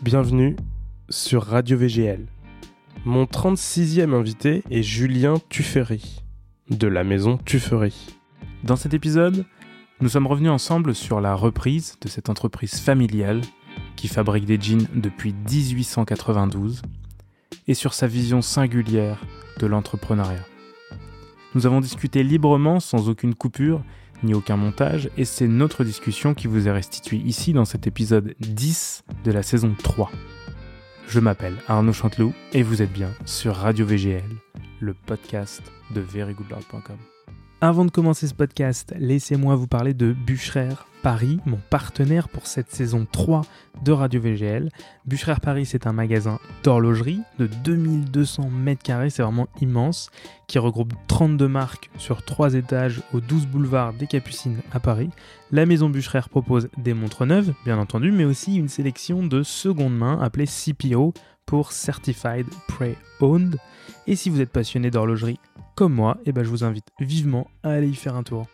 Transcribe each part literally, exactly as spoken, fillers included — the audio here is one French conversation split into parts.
Bienvenue sur Radio V G L. Mon trente-sixième invité est Julien Tuffery, de la maison Tuffery. Dans cet épisode, nous sommes revenus ensemble sur la reprise de cette entreprise familiale qui fabrique des jeans depuis dix-huit cent quatre-vingt-douze et sur sa vision singulière de l'entrepreneuriat. Nous avons discuté librement, sans aucune coupure ni aucun montage, et c'est notre discussion qui vous est restituée ici dans cet épisode dix de la saison trois. Je m'appelle Arnaud Chanteloup et vous êtes bien sur Radio V G L, le podcast de very good lord point com. Avant de commencer ce podcast, laissez-moi vous parler de Bucherer Paris, mon partenaire pour cette saison trois de Radio V G L. Bucherer Paris, c'est un magasin d'horlogerie de deux mille deux cents mètres carrés, c'est vraiment immense, qui regroupe trente-deux marques sur trois étages au douze boulevard des Capucines à Paris. La maison Bucherer propose des montres neuves, bien entendu, mais aussi une sélection de seconde main appelée C P O pour Certified Pre-Owned. Et si vous êtes passionné d'horlogerie comme moi, eh ben je vous invite vivement à aller y faire un tour.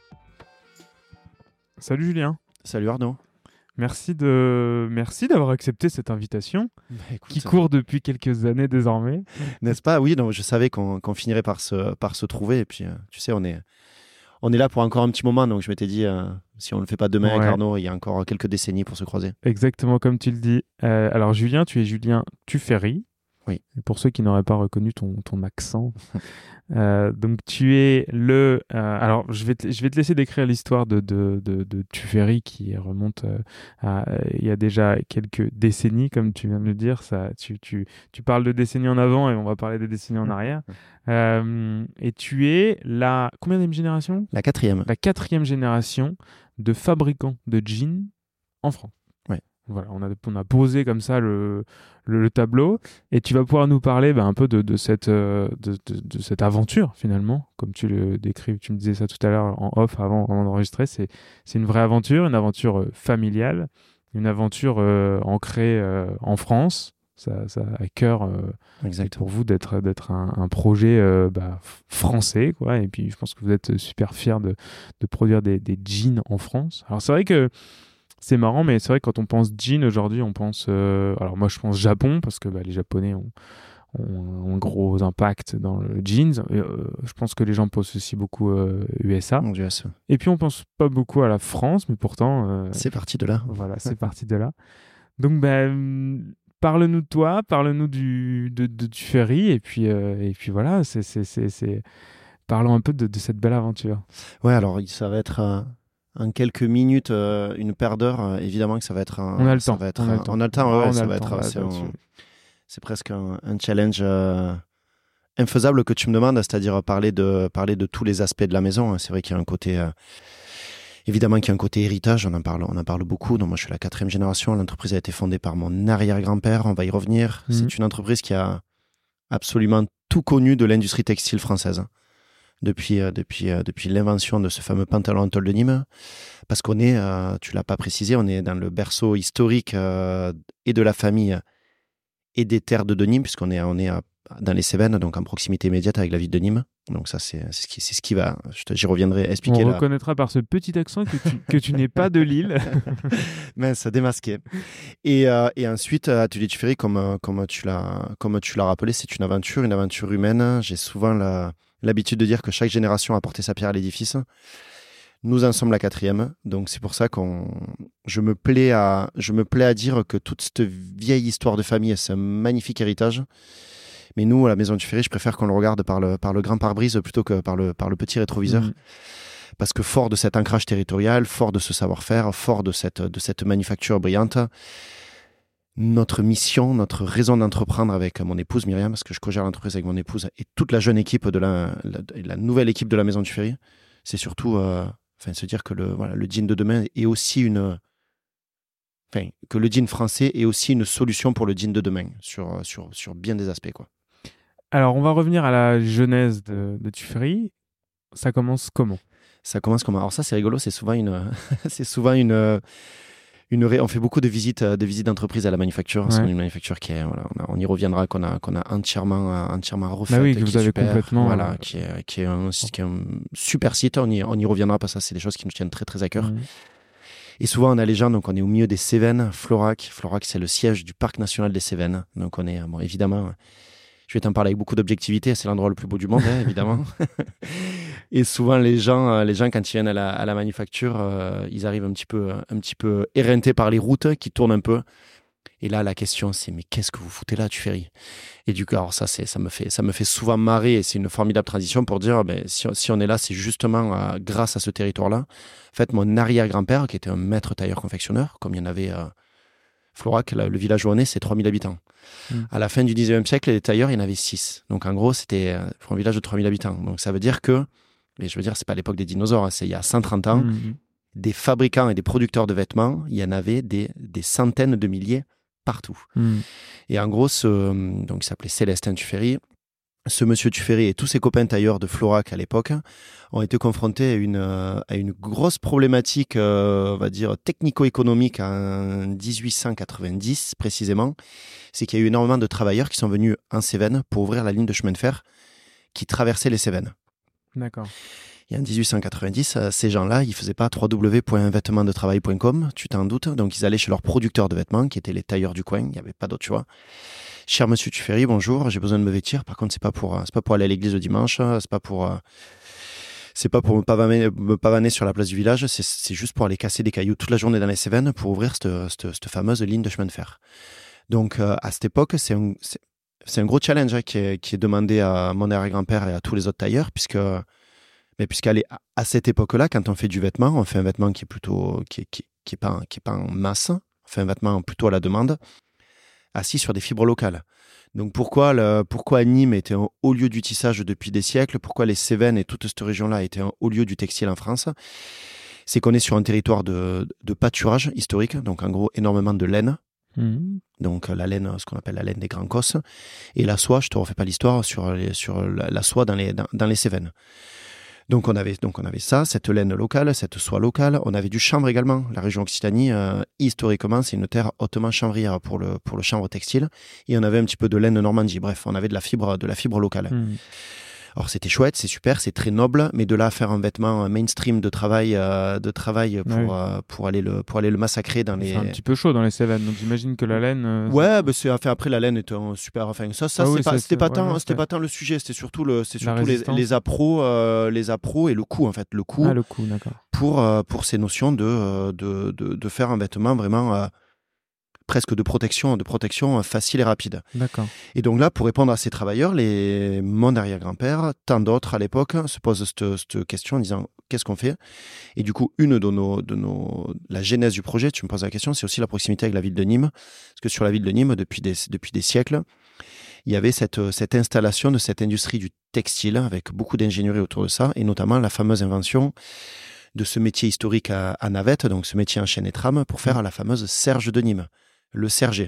Salut Julien. Salut Arnaud. Merci, de... Merci d'avoir accepté cette invitation bah écoute, qui court depuis quelques années désormais. N'est-ce pas ? Oui, non, je savais qu'on, qu'on finirait par se, par se trouver. Et puis, euh, tu sais, on est, on est là pour encore un petit moment. Donc, je m'étais dit, euh, si on ne le fait pas demain ouais. avec Arnaud, il y a encore quelques décennies pour se croiser. Exactement comme tu le dis. Euh, alors, Julien, tu es Julien Tuffery. Oui. Et pour ceux qui n'auraient pas reconnu ton, ton accent, euh, donc tu es le... Euh, alors, je vais, te, je vais te laisser décrire l'histoire de, de, de, de Tuffery qui remonte euh, à il y a déjà quelques décennies, comme tu viens de le dire. Ça, tu, tu, tu parles de décennies en avant et on va parler des décennies en arrière. Euh, et tu es la... Combienième génération ? La quatrième. La quatrième génération de fabricants de jeans en France. Ouais. Voilà, on a, on a posé comme ça le, le, le tableau et tu vas pouvoir nous parler bah, un peu de, de, cette, de, de, de cette aventure finalement, comme tu le décris, tu me disais ça tout à l'heure en off avant, avant d'enregistrer, c'est, c'est une vraie aventure, une aventure euh, familiale, une aventure euh, ancrée euh, en France, ça, ça a à cœur euh, pour vous d'être, d'être un, un projet euh, bah, français, quoi. Et puis je pense que vous êtes super fiers de, de produire des, des jeans en France. Alors c'est vrai que c'est marrant, mais c'est vrai que quand on pense jean aujourd'hui, on pense... Euh, alors moi, je pense Japon, parce que bah, les Japonais ont, ont, ont un gros impact dans le jeans. Et, euh, je pense que les gens pensent aussi beaucoup euh, U S A. U S A. Et puis, on pense pas beaucoup à la France, mais pourtant... Euh, c'est parti de là. Voilà, c'est parti de là. Donc, bah, parle-nous de toi, parle-nous du, de, de Tuffery, et puis, euh, et puis voilà, c'est, c'est, c'est, c'est... parlons un peu de, de cette belle aventure. Ouais, alors ça va être... Euh... En quelques minutes, euh, une paire d'heures, euh, évidemment que ça va être un... On a le ça temps. va être on a un, le temps. On a le temps, ouais, ouais, ça a va temps, être... Là, c'est, un, c'est presque un, un challenge euh, infaisable que tu me demandes, c'est-à-dire parler de, parler de tous les aspects de la maison. C'est vrai qu'il y a un côté... Euh, évidemment qu'il y a un côté héritage, on en parle, on en parle beaucoup. Donc moi, je suis la quatrième génération. L'entreprise a été fondée par mon arrière-grand-père, on va y revenir. Mmh. C'est une entreprise qui a absolument tout connu de l'industrie textile française. Depuis, euh, depuis, euh, depuis l'invention de ce fameux pantalon en tôle de Nîmes, parce qu'on est, euh, tu ne l'as pas précisé, on est dans le berceau historique euh, et de la famille et des terres de Nîmes, puisqu'on est, on est euh, dans les Cévennes, donc en proximité immédiate avec la ville de Nîmes. Donc ça, c'est, c'est, ce, qui, c'est ce qui va, je te, j'y reviendrai expliquer. On la... reconnaîtra par ce petit accent que tu, que tu n'es pas de Lille. Mince, démasqué. Et, euh, et ensuite, Atelier Tuffery, comme, comme, tu l'as, comme tu l'as rappelé, c'est une aventure, une aventure humaine. J'ai souvent la... l'habitude de dire que chaque génération a apporté sa pierre à l'édifice. Nous en sommes la quatrième, donc c'est pour ça qu'on, je me plais à, je me plais à dire que toute cette vieille histoire de famille, c'est un magnifique héritage. Mais nous, à la maison Tuffery, je préfère qu'on le regarde par le, par le grand pare-brise plutôt que par le, par le petit rétroviseur. Mmh. Parce que fort de cet ancrage territorial, fort de ce savoir-faire, fort de cette, de cette manufacture brillante, notre mission, notre raison d'entreprendre avec mon épouse Myriam, parce que je co-gère l'entreprise avec mon épouse et toute la jeune équipe de la, la, la nouvelle équipe de la maison Tuffery, c'est surtout euh, enfin, se dire que le, voilà, le jean de demain est aussi une... Enfin, que le jean français est aussi une solution pour le jean de demain, sur, sur, sur bien des aspects, quoi. Alors, on va revenir à la genèse de, de Tuffery. Ça commence comment ? Ça commence comment ? Alors ça, c'est rigolo, c'est souvent une... c'est souvent une... Une ré... On fait beaucoup de visites, de visites d'entreprise à la manufacture. Ouais. C'est une manufacture qui est, voilà, on, a, on y reviendra, qu'on a, qu'on a entièrement, entièrement refait. Bah oui, que qui vous est avez super, complètement. Voilà, euh... qui est, qui est, un, qui est un super site. On y, on y reviendra parce que ça, c'est des choses qui nous tiennent très, très à cœur. Mmh. Et souvent, on a les gens, donc on est au milieu des Cévennes, Florac. Florac, c'est le siège du parc national des Cévennes. Donc on est, bon, évidemment, je vais t'en parler avec beaucoup d'objectivité, c'est l'endroit le plus beau du monde, hein, évidemment. Et souvent, les gens, les gens, quand ils viennent à la, à la manufacture, euh, ils arrivent un petit peu, un petit peu éreintés par les routes qui tournent un peu. Et là, la question, c'est mais qu'est-ce que vous foutez là, Tuffery? Et du coup, alors ça, c'est, ça me fait, ça me fait souvent marrer et c'est une formidable transition pour dire, ben, si, si on est là, c'est justement euh, grâce à ce territoire-là. En fait, mon arrière-grand-père, qui était un maître tailleur-confectionneur, comme il y en avait euh, Florac, là, le village où on est, c'est trois mille habitants. Mmh. À la fin du dix-neuvième siècle, les tailleurs, il y en avait six. Donc en gros, c'était euh, un village de trois mille habitants. Donc ça veut dire que, et je veux dire, c'est pas l'époque des dinosaures, hein, c'est il y a cent trente ans, mmh. des fabricants et des producteurs de vêtements, il y en avait des, des centaines de milliers partout. Mmh. Et en gros, ce, donc, il s'appelait Célestin Tuffery. Ce monsieur Tuffery et tous ses copains tailleurs de Florac à l'époque ont été confrontés à une, à une grosse problématique, euh, on va dire, technico-économique en dix-huit cent quatre-vingt-dix précisément. C'est qu'il y a eu énormément de travailleurs qui sont venus en Cévennes pour ouvrir la ligne de chemin de fer qui traversait les Cévennes. D'accord. Et en dix-huit cent quatre-vingt-dix, ces gens-là, ils ne faisaient pas w w w point vêtements de travail point com, tu t'en doutes. Donc, ils allaient chez leurs producteurs de vêtements, qui étaient les tailleurs du coin. Il n'y avait pas d'autre choix. Cher monsieur Tuffery, bonjour, j'ai besoin de me vêtir. Par contre, ce n'est pas, pour, c'est pas pour aller à l'église le dimanche. Ce n'est pas pour, c'est pas pour me pavaner, me pavaner sur la place du village. C'est, c'est juste pour aller casser des cailloux toute la journée dans les Cévennes pour ouvrir cette, cette, cette fameuse ligne de chemin de fer. Donc, à cette époque, c'est un, c'est, c'est un gros challenge hein, qui, est, qui est demandé à mon arrière-grand-père et à tous les autres tailleurs, puisque... Mais puisqu'à à cette époque-là, quand on fait du vêtement, on fait un vêtement qui est plutôt qui est, qui, qui est pas qui est pas en masse, on fait un vêtement plutôt à la demande, assis sur des fibres locales. Donc pourquoi le, pourquoi Nîmes était un haut lieu du tissage depuis des siècles, pourquoi les Cévennes et toute cette région-là étaient un haut lieu du textile en France, c'est qu'on est sur un territoire de, de pâturage historique, donc en gros énormément de laine. Mmh. Donc la laine, ce qu'on appelle la laine des Grands Cosses, et la soie, je te refais pas l'histoire sur les, sur la, la soie dans les dans, dans les Cévennes. Donc on, avait, donc on avait ça, cette laine locale, cette soie locale. On avait du chanvre également. La région Occitanie, euh, historiquement, c'est une terre hautement chanvrière pour le, pour le chanvre textile. Et on avait un petit peu de laine Normandie. Bref, on avait de la fibre, de la fibre locale. Mmh. Alors c'était chouette, c'est super, c'est très noble, mais de là à faire un vêtement mainstream de travail, euh, de travail pour, ouais. euh, pour, aller le, pour aller le massacrer dans les... C'est un petit peu chaud dans les Cévennes, donc j'imagine que la laine... Euh, ouais, bah c'est, enfin, après la laine est un super... Enfin, ça, ça, ah c'est oui, pas, ça c'était, pas, tant, ouais, c'était pas tant le sujet, c'était surtout, le, c'est surtout les, les appros euh, les appros et le coût, en fait. Le coût, ah, le coût d'accord. Pour, euh, pour ces notions de, de, de, de faire un vêtement vraiment... Euh, presque de protection, de protection facile et rapide. D'accord. Et donc là, pour répondre à ces travailleurs, les... mon arrière-grand-père, tant d'autres à l'époque, se posent cette, cette question en disant qu'est-ce qu'on fait? Et du coup, une de nos, de nos, la genèse du projet, tu me poses la question, c'est aussi la proximité avec la ville de Nîmes, parce que sur la ville de Nîmes, depuis des, depuis des siècles, il y avait cette, cette installation de cette industrie du textile avec beaucoup d'ingénierie autour de ça, et notamment la fameuse invention de ce métier historique à, à navette, donc ce métier en chaîne et trame, pour faire la fameuse serge de Nîmes. Le serger.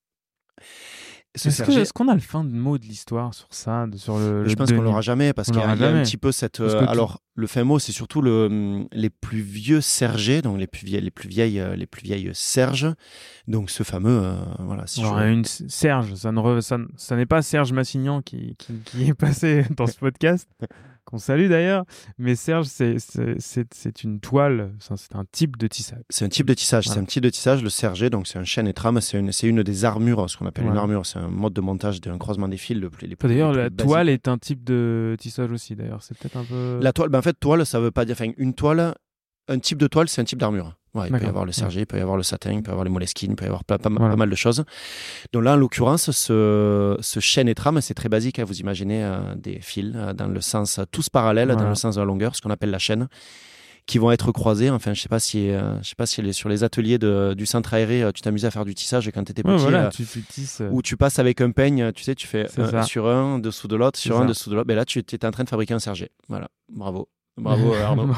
Ce est-ce, serger... Que, est-ce qu'on a le fin de mot de l'histoire sur ça, de, sur le, Je le pense qu'on l'aura jamais parce on qu'il y a, il y a un petit peu cette. Euh, tout... alors le fin mot, c'est surtout le, les plus vieux sergers, donc les plus vieilles, les plus vieilles, les plus vieilles serges. Donc ce fameux, euh, voilà. Si alors, je... une Serge, ça, ne re... ça, ça n'est pas Serge Massignan qui, qui, qui est passé dans ce podcast. Qu'on salue d'ailleurs, mais Serge, c'est, c'est, c'est, c'est une toile, c'est un type de tissage. C'est un type de tissage, voilà. C'est un type de tissage, le serger, donc c'est un chêne et trame, c'est une, c'est une des armures, ce qu'on appelle ouais. une armure, c'est un mode de montage d'un croisement des fils. Le plus, les plus, d'ailleurs, les la plus toile basiques. est un type de tissage aussi, d'ailleurs, c'est peut-être un peu... La toile, ben en fait, toile, ça veut pas dire, enfin, une toile, un type de toile, c'est un type d'armure. Ouais, il D'accord. peut y avoir le serger, il peut y avoir le satin, il peut y avoir les moleskines, il peut y avoir pas, pas, voilà. pas mal de choses. Donc là, en l'occurrence, ce, ce chêne et trame, c'est très basique. Hein, vous imaginez euh, des fils euh, dans le sens, tous parallèles, voilà. dans le sens de la longueur, ce qu'on appelle la chaîne, qui vont être croisés. Enfin, je sais pas si, euh, je sais pas si les, sur les ateliers de, du centre aéré, euh, tu t'amusais à faire du tissage quand tu étais petit. Ouais, voilà, euh, tu, tu tisses, euh... où tu passes avec un peigne, tu sais, tu fais un, un sur un, dessous de l'autre, sur c'est un, ça. dessous de l'autre. Ben là, tu étais en train de fabriquer un serger. Voilà, bravo. Bravo Arnaud.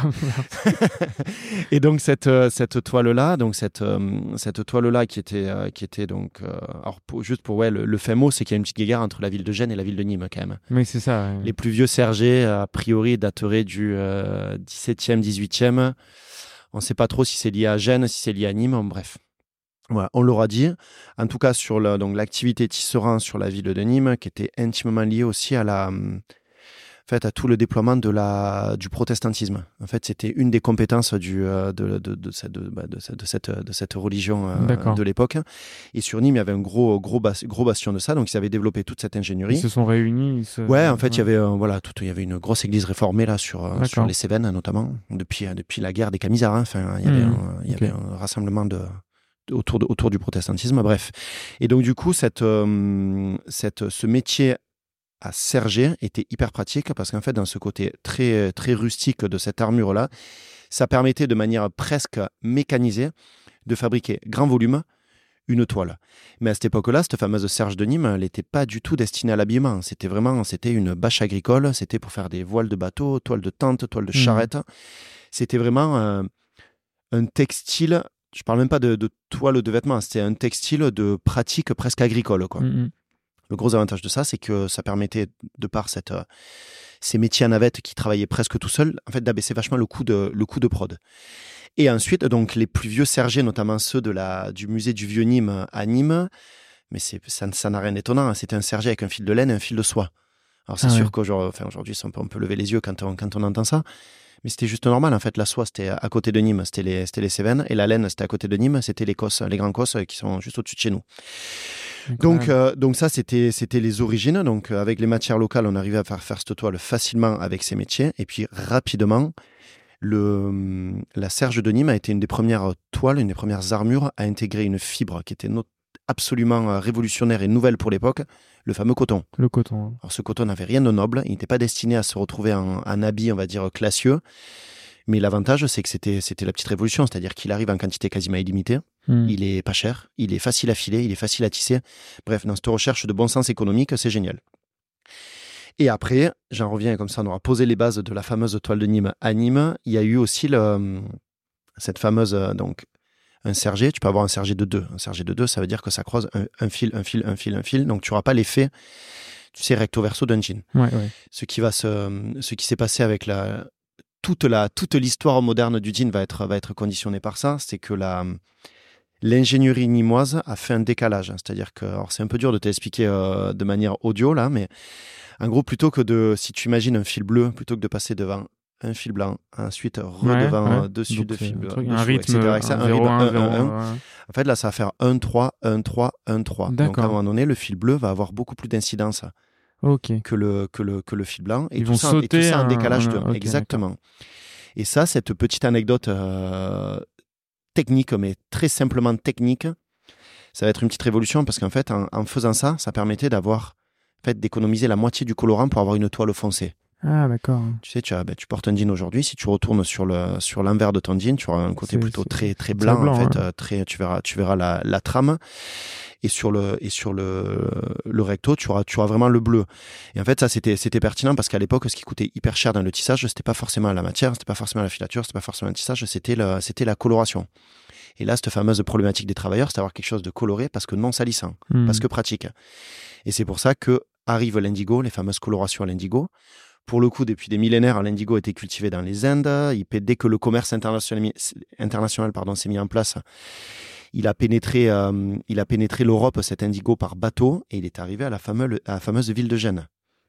Et donc cette cette toile là, donc cette cette toile là qui était euh, qui était donc euh, alors pour, juste pour ouais le, le fin mot, c'est qu'il y a une petite guéguerre entre la ville de Gênes et la ville de Nîmes quand même. Oui, c'est ça. Ouais. Les plus vieux sergers a priori dateraient du euh, dix-septième, dix-huitième. On ne sait pas trop si c'est lié à Gênes, si c'est lié à Nîmes. Bref. Voilà, on l'aura dit. En tout cas sur le, donc l'activité tisserand sur la ville de Nîmes, qui était intimement liée aussi à la fait, à tout le déploiement de la, du protestantisme. En fait, c'était une des compétences du, euh, de, de, de, cette, de, de, cette, de, cette, de cette religion euh, de l'époque. Et sur Nîmes, il y avait un gros, gros, bas, gros bastion de ça, donc ils avaient développé toute cette ingénierie. Ils se sont réunis ils se... Ouais, en fait, ouais. il y avait, euh, voilà, tout, il y avait une grosse église réformée là, sur, euh, sur les Cévennes, notamment, depuis, euh, depuis la guerre des Camisards. Hein. Enfin, il y avait, mmh, un, il y okay. avait un rassemblement de... Autour, de, autour du protestantisme, bref. Et donc, du coup, cette, euh, cette, ce métier à serger était hyper pratique parce qu'en fait, dans ce côté très, très rustique de cette armure-là, ça permettait de manière presque mécanisée de fabriquer grand volume une toile. Mais à cette époque-là, cette fameuse serge de Nîmes, elle n'était pas du tout destinée à l'habillement. C'était vraiment, c'était une bâche agricole, c'était pour faire des voiles de bateau, toiles de tente, toiles de charrette. Mmh. C'était vraiment un, un textile, je ne parle même pas de, de toile de vêtements, c'était un textile de pratique presque agricole, quoi. Mmh. Le gros avantage de ça, c'est que ça permettait, de par cette, euh, ces métiers à navette qui travaillaient presque tout seuls, en fait, d'abaisser vachement le coût de, le coût de prod. Et ensuite, donc, les plus vieux sergers, notamment ceux de la, du musée du Vieux Nîmes à Nîmes, mais c'est, ça, ça n'a rien d'étonnant, hein, c'était un serger avec un fil de laine et un fil de soie. Alors c'est ah sûr ouais. qu'aujourd'hui, enfin, aujourd'hui, on peut, on peut lever les yeux quand on, quand on entend ça, mais c'était juste normal, en fait. La soie, c'était à côté de Nîmes, c'était les, c'était les Cévennes, et la laine, c'était à côté de Nîmes, c'était les Cosses, les Grands Cosses qui sont juste au-dessus de chez nous. Donc, euh, donc ça, c'était, c'était les origines. Donc, avec les matières locales, on arrivait à faire faire cette toile facilement avec ces métiers. Et puis, rapidement, le, la serge de Nîmes a été une des premières toiles, une des premières armures à intégrer une fibre qui était no- absolument révolutionnaire et nouvelle pour l'époque, le fameux coton. Le coton. Alors, ce coton n'avait rien de noble. Il n'était pas destiné à se retrouver en, en habit, on va dire, classieux. Mais l'avantage, c'est que c'était, c'était la petite révolution, c'est-à-dire qu'il arrive en quantité quasiment illimitée, mmh. il est pas cher, il est facile à filer, il est facile à tisser. Bref, dans cette recherche de bon sens économique, c'est génial. Et après, j'en reviens comme ça, on aura posé les bases de la fameuse toile de Nîmes à Nîmes. Il y a eu aussi le, cette fameuse, donc, un serger. Tu peux avoir un serger de deux. Un serger de deux, ça veut dire que ça croise un, un fil, un fil, un fil, un fil. Donc, tu n'auras pas l'effet, tu sais, recto verso d'un jean. Ouais, ouais. Ce qui va se, ce qui s'est passé avec la Toute, la, toute l'histoire moderne du jean va être, va être conditionnée par ça, c'est que la, l'ingénierie nîmoise a fait un décalage. C'est-à-dire que, alors c'est un peu dur de t'expliquer euh, de manière audio là, mais en gros, plutôt que de, si tu imagines un fil bleu, plutôt que de passer devant un fil blanc, ensuite redevant ouais, ouais. dessus Donc, deux fils bleus, un rythme, et cetera, un zéro, un, zéro, un. Ouais. En fait, là, ça va faire un trois, un trois, un trois. Donc, à un moment donné, le fil bleu va avoir beaucoup plus d'incidence. Okay. Que, le, que, le, que le fil blanc. Et Ils tout vont ça, sauter et tout ça en un, décalage un, de... okay, Exactement. d'accord. Et ça, cette petite anecdote euh, technique, mais très simplement technique, ça va être une petite révolution parce qu'en fait, en, en faisant ça, ça permettait d'avoir, en fait, d'économiser la moitié du colorant pour avoir une toile foncée. Ah, d'accord. Tu sais, tu, as, ben, tu portes un jean aujourd'hui, si tu retournes sur, le, sur l'envers de ton jean, tu auras un côté c'est, plutôt c'est, très, très blanc, blanc, en fait. Ouais. Euh, très, tu verras, tu verras la, la trame. Et sur le, et sur le, le recto, tu auras, tu auras vraiment le bleu. Et en fait, ça, c'était, c'était pertinent parce qu'à l'époque, ce qui coûtait hyper cher dans le tissage, c'était pas forcément la matière, c'était pas forcément la filature, c'était pas forcément le tissage, c'était, le, c'était la coloration. Et là, cette fameuse problématique des travailleurs, c'est d'avoir quelque chose de coloré parce que non salissant, mmh. parce que pratique. Et c'est pour ça que arrive l'indigo, les fameuses colorations à l'indigo. Pour le coup, depuis des millénaires, l'indigo a été cultivé dans les Indes. Il, dès que le commerce international, international pardon, s'est mis en place, il a pénétré, euh, il a pénétré l'Europe, cet indigo, par bateau, et il est arrivé à la fameuse, à la fameuse ville de Gênes.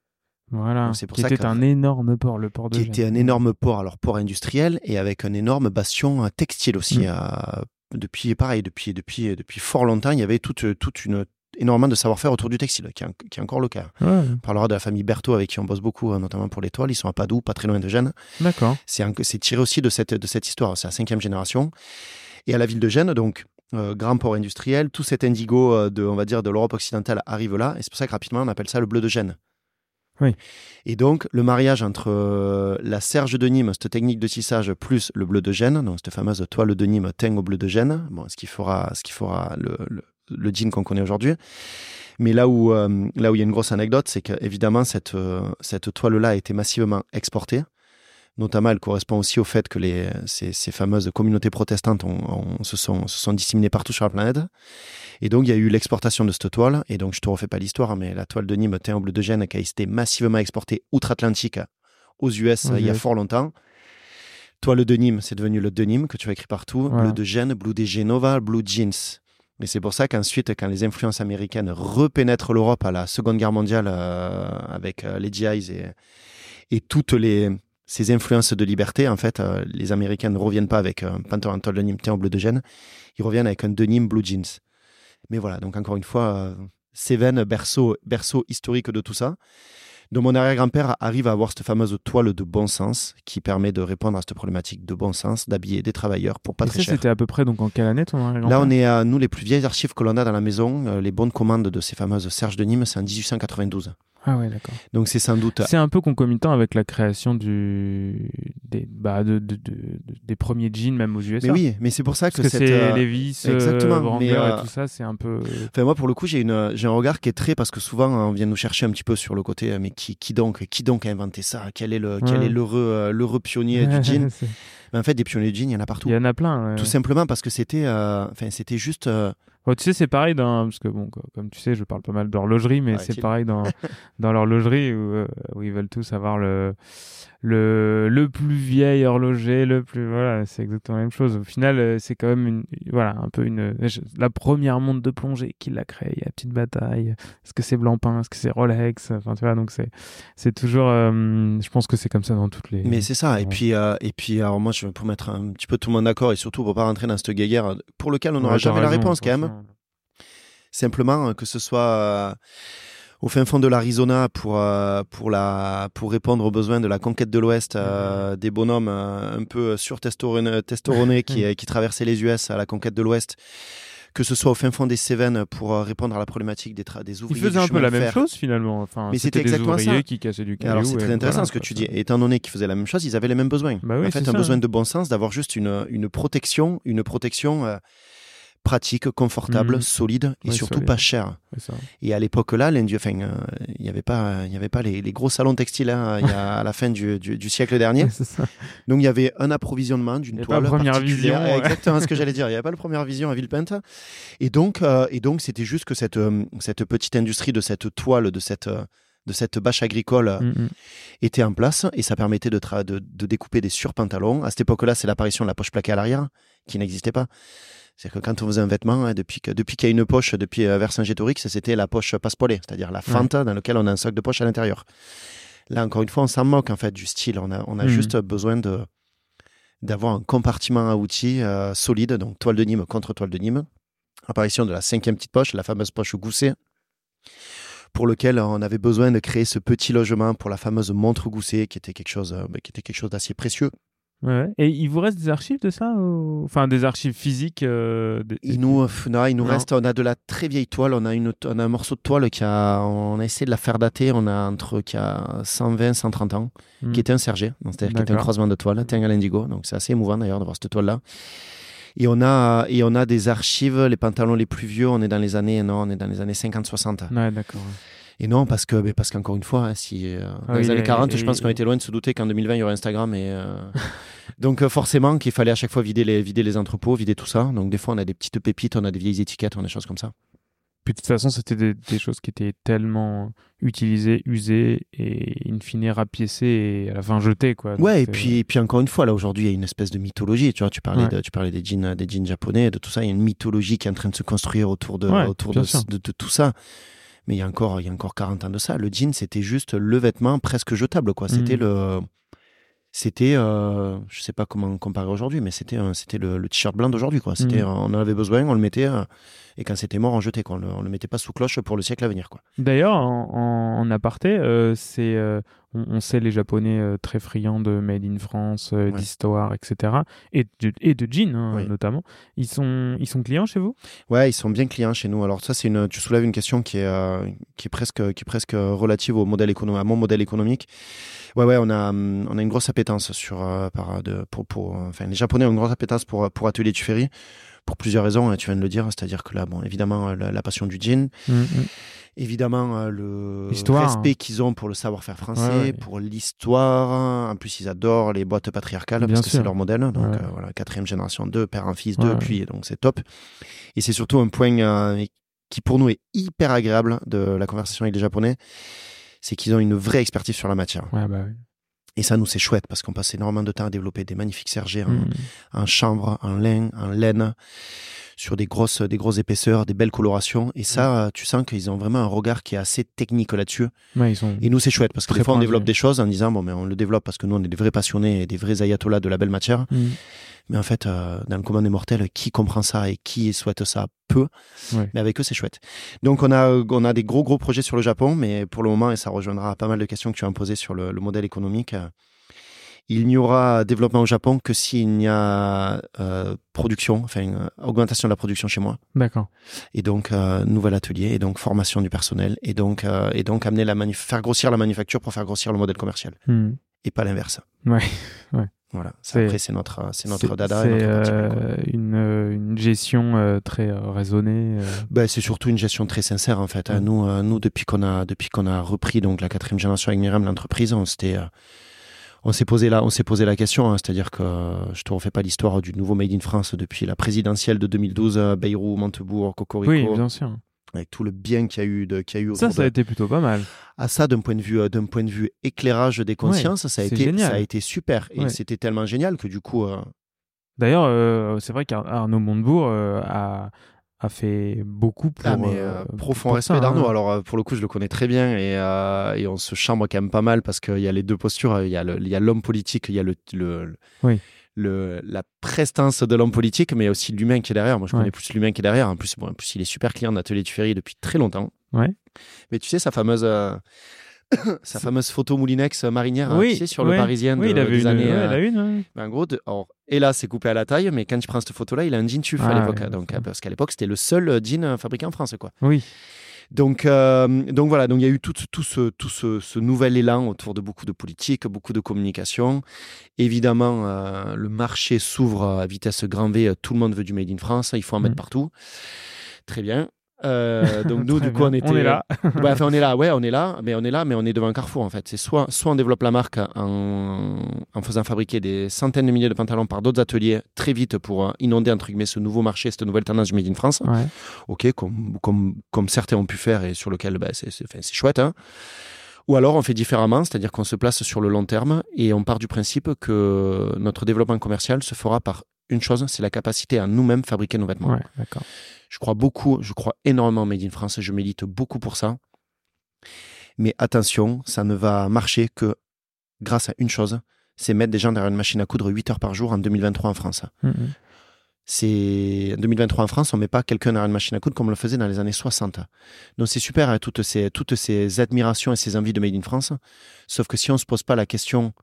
Voilà, donc c'est pour qui ça était un énorme port, le port de Qui Gênes. était un énorme port, alors port industriel, et avec un énorme bastion textile aussi. Mmh. À, depuis, pareil, depuis, depuis, depuis fort longtemps, il y avait toute, toute une, énormément de savoir-faire autour du textile, qui est, qui est encore le cas. Ouais. On parlera de la famille Berthaud, avec qui on bosse beaucoup, notamment pour les toiles. Ils sont à Padoue, pas très loin de Gênes. D'accord. C'est, un, c'est tiré aussi de cette, de cette histoire. C'est la cinquième génération. Et à la ville de Gênes, donc, euh, grand port industriel, tout cet indigo euh, de, on va dire, de l'Europe occidentale arrive là. Et c'est pour ça que rapidement, on appelle ça le bleu de Gênes. Oui. Et donc, le mariage entre euh, la serge de Nîmes, cette technique de tissage, plus le bleu de Gênes, donc cette fameuse toile de Nîmes teinte au bleu de Gênes, bon, ce qui fera, ce qui fera le, le, le jean qu'on connaît aujourd'hui. Mais là où, euh, là où il y a une grosse anecdote, c'est qu'évidemment, cette, euh, cette toile-là a été massivement exportée. Notamment, elle correspond aussi au fait que les, ces, ces fameuses communautés protestantes ont, ont, se, sont, se sont disséminées partout sur la planète. Et donc, il y a eu l'exportation de cette toile. Et donc, je ne te refais pas l'histoire, mais la toile de Nîmes teinte au bleu de Gênes qui a été massivement exportée outre-Atlantique aux U S aux il y a fort longtemps. Toile de Nîmes, c'est devenu le de Nîmes que tu vas écrire partout. Voilà. Bleu de Gênes, Blue de Genova, Blue Jeans. Et c'est pour ça qu'ensuite, quand les influences américaines repénètrent l'Europe à la Seconde Guerre mondiale euh, avec euh, les G Is et, et toutes les ces influences de liberté, en fait, euh, les Américains ne reviennent pas avec un pantalon en toile de Nîmes teint en bleu de Gênes, ils reviennent avec un denim blue jeans. Mais voilà, donc encore une fois, euh, Cévennes, berceau, berceau historique de tout ça. Donc mon arrière-grand-père arrive à avoir cette fameuse toile de bon sens qui permet de répondre à cette problématique de bon sens, d'habiller des travailleurs pour pas Et très ça, cher. c'était à peu près donc en quelle année ton arrière-grand-père ? Là, on est à nous les plus vieilles archives que l'on a dans la maison, euh, les bonnes commandes de ces fameuses Serge de Nîmes, c'est en dix-huit cent quatre-vingt-douze. Ah ouais, d'accord. Donc c'est sans doute. C'est un peu concomitant avec la création du des bah de, de, de, de- des premiers jeans même aux U S A. Mais oui, mais c'est pour ça que, Parce que cette. c'est euh, Levi's, exactement, euh, Wrangler mais, euh, et tout ça, c'est un peu. Enfin, moi, pour le coup, j'ai, une, j'ai un regard qui est très. Parce que souvent, on vient nous chercher un petit peu sur le côté. euh, Mais qui, qui donc Qui donc a inventé ça Quel est, le, quel Ouais. est l'heureux, euh, l'heureux pionnier du jean C'est- Mais en fait, des pionniers du jean, il y en a partout. Il y en a plein. Ouais. Tout simplement parce que c'était. euh, Enfin, c'était juste. euh, Bon, tu sais, c'est pareil dans parce que bon, co- comme tu sais, je parle pas mal d'horlogerie, mais Ouais, c'est qu'il- pareil dans dans l'horlogerie où, euh, où ils veulent tous avoir le le le plus vieil horloger, le plus voilà, c'est exactement la même chose. Au final, euh, c'est quand même une voilà un peu une je- la première montre de plongée qui l'a créée. Il y a petite bataille. Est-ce que c'est Blancpain? Est-ce que c'est Rolex? Enfin, tu vois, donc c'est c'est toujours. euh, je pense que c'est comme ça dans toutes les. Mais c'est ça. Et Ouais. puis, euh, et puis, alors moi, je, pour mettre un petit peu tout le monde d'accord et surtout pour pas rentrer dans cette guéguerre pour lequel on n'aura Ouais, t'as jamais la raison, réponse quand même. franchement. Simplement euh, que ce soit euh, au fin fond de l'Arizona pour, euh, pour, la, pour répondre aux besoins de la conquête de l'Ouest, euh, des bonhommes euh, un peu surtestoronnés qui, euh, qui traversaient les U S à la conquête de l'Ouest, que ce soit au fin fond des Cévennes pour euh, répondre à la problématique des, tra- des Ils ouvriers faisaient du un peu chemin la de même fer. chose finalement. Enfin, Mais c'était c'était des exactement ouvriers ça. qui cassaient du Et caillou. alors c'est et très intéressant voilà, ce que quoi, tu ça. dis. Étant donné qu'ils faisaient la même chose, ils avaient les mêmes besoins. Bah oui, en fait, c'est un ça. besoin de bon sens, d'avoir juste une, une protection, une protection euh, pratique, confortable, Mhm. solide et Ouais, surtout solide. pas chère. C'est ça. Et à l'époque-là, l'Indu- enfin, euh, il n'y avait pas, il y avait pas les, les gros salons textiles hein, il y a, à la fin du, du, du siècle dernier. Ouais, c'est ça. Donc il y avait un approvisionnement d'une Il y avait toile pas la première particulière. vision, ouais. Exactement ce que j'allais dire. Il n'y avait pas la première vision à Villepinte. Et donc, euh, et donc c'était juste que cette, euh, cette petite industrie de cette toile, de cette, euh, de cette bâche agricole euh, Mm, mm. était en place et ça permettait de, tra- de, de découper des surpantalons. À cette époque-là, c'est l'apparition de la poche plaquée à l'arrière qui n'existait pas. C'est-à-dire que quand on faisait un vêtement, hein, depuis, que, depuis qu'il y a une poche, depuis euh, Vercingétorix, c'était la poche passe-poilée, c'est-à-dire la fente dans laquelle on a un sac de poche à l'intérieur. Là, encore une fois, on s'en moque en fait du style. On a, on a Mhm. juste besoin de, d'avoir un compartiment à outils euh, solide, donc toile de Nîmes contre toile de Nîmes. Apparition de la cinquième petite poche, la fameuse poche Gousset, pour lequel on avait besoin de créer ce petit logement pour la fameuse montre Gousset, qui était quelque chose, euh, qui était quelque chose d'assez précieux. Ouais. Et il vous reste des archives de ça ou... Enfin, des archives physiques euh, des- Il nous, euh, non, il nous Non. reste, on a de la très vieille toile, on a, une, on a un morceau de toile qui a, on a essayé de la faire dater, on a entre qui a cent vingt, cent trente ans, Hmm. qui était un sergé, donc c'est-à-dire qui était un D'accord. croisement de toile, Tingal Indigo, donc c'est assez émouvant d'ailleurs de voir cette toile-là. Et on a, et on a des archives, les pantalons les plus vieux, on est dans les années, non, on est dans les années cinquante soixante. Ouais, d'accord. Et non, parce que, mais parce qu'encore une fois, hein, si, euh, dans Ah oui, les années et- quarante, et- je pense qu'on était loin de se douter qu'en deux mille vingt, il y aurait Instagram. Et, euh, donc, euh, forcément, qu'il fallait à chaque fois vider les, vider les entrepôts, vider tout ça. Donc, des fois, on a des petites pépites, on a des vieilles étiquettes, on a des choses comme ça. Puis de toute façon, c'était des, des choses qui étaient tellement utilisées, usées et in fine rapiécées et à la fin jetées, quoi. Donc, Ouais, et c'est- puis, et puis encore une fois, là, aujourd'hui, il y a une espèce de mythologie. Tu vois, tu parlais, Ouais. de, tu parlais des, jeans, des jeans japonais, de tout ça. Il y a une mythologie qui est en train de se construire autour de, Ouais, autour bien de, sûr. de, de tout ça. Mais il y a encore, il y a encore quarante ans de ça. Le jean, c'était juste le vêtement presque jetable, quoi. C'était Mhm. le. C'était, euh, je sais pas comment comparer aujourd'hui, mais c'était, un- c'était le, le t-shirt blanc d'aujourd'hui, quoi. C'était, Mhm. on en avait besoin, on le mettait, euh, et quand c'était mort, on jetait, quoi. On le, on le mettait pas sous cloche pour le siècle à venir, quoi. D'ailleurs, en, en- en aparté, euh, c'est, euh, on, on sait les Japonais euh, très friands de Made in France, euh, Ouais. d'histoire, et cetera. Et de, et de jeans, hein, Oui. notamment. Ils sont, ils sont clients chez vous? Ouais, ils sont bien clients chez nous. Alors ça, c'est une, tu soulèves une question qui est, euh, qui est presque, qui est presque relative au modèle économique, à mon modèle économique. Ouais, ouais, on a, hum, on a une grosse appétence sur, euh, par, de, pour, pour, enfin, les Japonais ont une grosse appétence pour, pour Atelier Tuffery, pour plusieurs raisons, hein, tu viens de le dire. C'est-à-dire que là, bon, évidemment, euh, la, la passion du jean, Mhm. évidemment, euh, le L'histoire, respect hein. qu'ils ont pour le savoir-faire français, Ouais, ouais. pour l'histoire. En plus, ils adorent les boîtes patriarcales Bien parce que sûr. c'est leur modèle. Donc, Ouais. euh, voilà, quatrième génération, deux, père en fils, Ouais, deux, ouais. puis donc c'est top. Et c'est surtout un point euh, qui, pour nous, est hyper agréable de la conversation avec les Japonais, c'est qu'ils ont une vraie expertise sur la matière. Ouais, bah oui. Et ça, nous, c'est chouette parce qu'on passe énormément de temps à développer des magnifiques sergés en, Mhm. en chanvre, en lin, en laine, sur des grosses, des grosses épaisseurs, des belles colorations. Et ça, tu sens qu'ils ont vraiment un regard qui est assez technique là-dessus. Ouais, ils sont et nous, c'est chouette parce que des fois, on pointus. développe des choses en disant, bon, mais on le développe parce que nous, on est des vrais passionnés et des vrais ayatollahs de la belle matière. Mmh. Mais en fait, euh, dans le commun des mortels, qui comprend ça et qui souhaite ça peu. Ouais. Mais avec eux, c'est chouette. Donc, on a, on a des gros, gros projets sur le Japon, mais pour le moment, et ça rejoindra pas mal de questions que tu as posées sur le, le modèle économique, euh, il n'y aura développement au Japon que s'il y a euh, production, enfin, une augmentation de la production chez moi. D'accord. Et donc, euh, nouvel atelier, et donc formation du personnel, et donc, euh, et donc amener la manuf- faire grossir la manufacture pour faire grossir le modèle commercial. Mmh. Et pas l'inverse. Ouais, ouais. Voilà. Ça, C'est- après, c'est notre, c'est notre C'est- dada. C'est et notre parti pris, euh, quoi. une, euh, une gestion euh, très euh, raisonnée. euh. Ben, c'est surtout une gestion très sincère en fait. Ouais. Nous, euh, nous depuis qu'on a depuis qu'on a repris donc la quatrième génération avec Myriam l'entreprise, on s'était euh, on s'est posé la on s'est posé la question. Hein, c'est-à-dire que euh, je te refais pas l'histoire du nouveau Made in France depuis la présidentielle de deux mille douze, euh, Bayrou, Montebourg, Cocorico, Oui, bien sûr. avec tout le bien qu'il y a eu de qu'il y a eu Ça, autour ça a de- été plutôt pas mal. à ça d'un point de vue euh, d'un point de vue éclairage des consciences, ça a c'est été génial. ça a été super et Ouais. c'était tellement génial que du coup euh, D'ailleurs, euh, c'est vrai qu'Arnaud Montebourg euh, a, a fait beaucoup pour. Ah, mais euh, euh, profond pour respect ça, d'Arnaud. hein. Alors, euh, pour le coup, je le connais très bien et, euh, et on se chambre quand même pas mal parce qu'il y a les deux postures. Il y a le- il y a l'homme politique, il y a le, le, le- Oui. le- la prestance de l'homme politique, mais aussi l'humain qui est derrière. Moi, je connais Ouais. plus l'humain qui est derrière. En plus, bon, en plus, il est super client d'Atelier Tuffery depuis très longtemps. Ouais. Mais tu sais, sa fameuse, euh, sa fameuse photo Moulinex marinière, Oui, tu sais, sur ouais. le Parisien Oui, de, il avait des une. années. Ouais, euh, il a une. ouais. ben, en gros, de, alors, et là, c'est coupé à la taille, mais quand tu prends cette photo-là, il a un jean tuf à Ah, l'époque. ouais, donc, c'est- euh, parce qu'à l'époque, c'était le seul jean euh, fabriqué en France, quoi. Oui. Donc, euh, donc voilà, donc il y a eu tout, tout, ce, tout ce, ce nouvel élan autour de beaucoup de politique, beaucoup de communication. Évidemment, euh, le marché s'ouvre à vitesse grand V. Tout le monde veut du Made in France. Il faut en mettre Mm. partout. Très bien. Euh, donc nous, Très du coup, bien. on était. On est là. Ouais, enfin, on est là. Ouais, on est là. Mais on est là, mais on est devant un carrefour en fait. C'est soit, soit on développe la marque en, en faisant fabriquer des centaines de milliers de pantalons par d'autres ateliers très vite pour euh, inonder entre guillemets ce nouveau marché, cette nouvelle tendance du Made in France. Ouais. Ok, comme, comme, comme certains ont pu faire et sur lequel bah, c'est, c'est, enfin, c'est chouette. Hein. Ou alors on fait différemment, c'est-à-dire qu'on se place sur le long terme et on part du principe que notre développement commercial se fera par une chose, c'est la capacité à nous-mêmes fabriquer nos vêtements. Ouais, d'accord. Je crois beaucoup, je crois énormément au Made in France, je milite beaucoup pour ça. Mais attention, ça ne va marcher que grâce à une chose, c'est mettre des gens derrière une machine à coudre huit heures par jour en deux mille vingt-trois en France. Mhm. C'est en deux mille vingt-trois en France, on met pas quelqu'un derrière une machine à coudre comme on le faisait dans les années soixante. Donc c'est super, hein, toutes ces toutes ces admirations et ces envies de Made in France. Sauf que si on se pose pas la question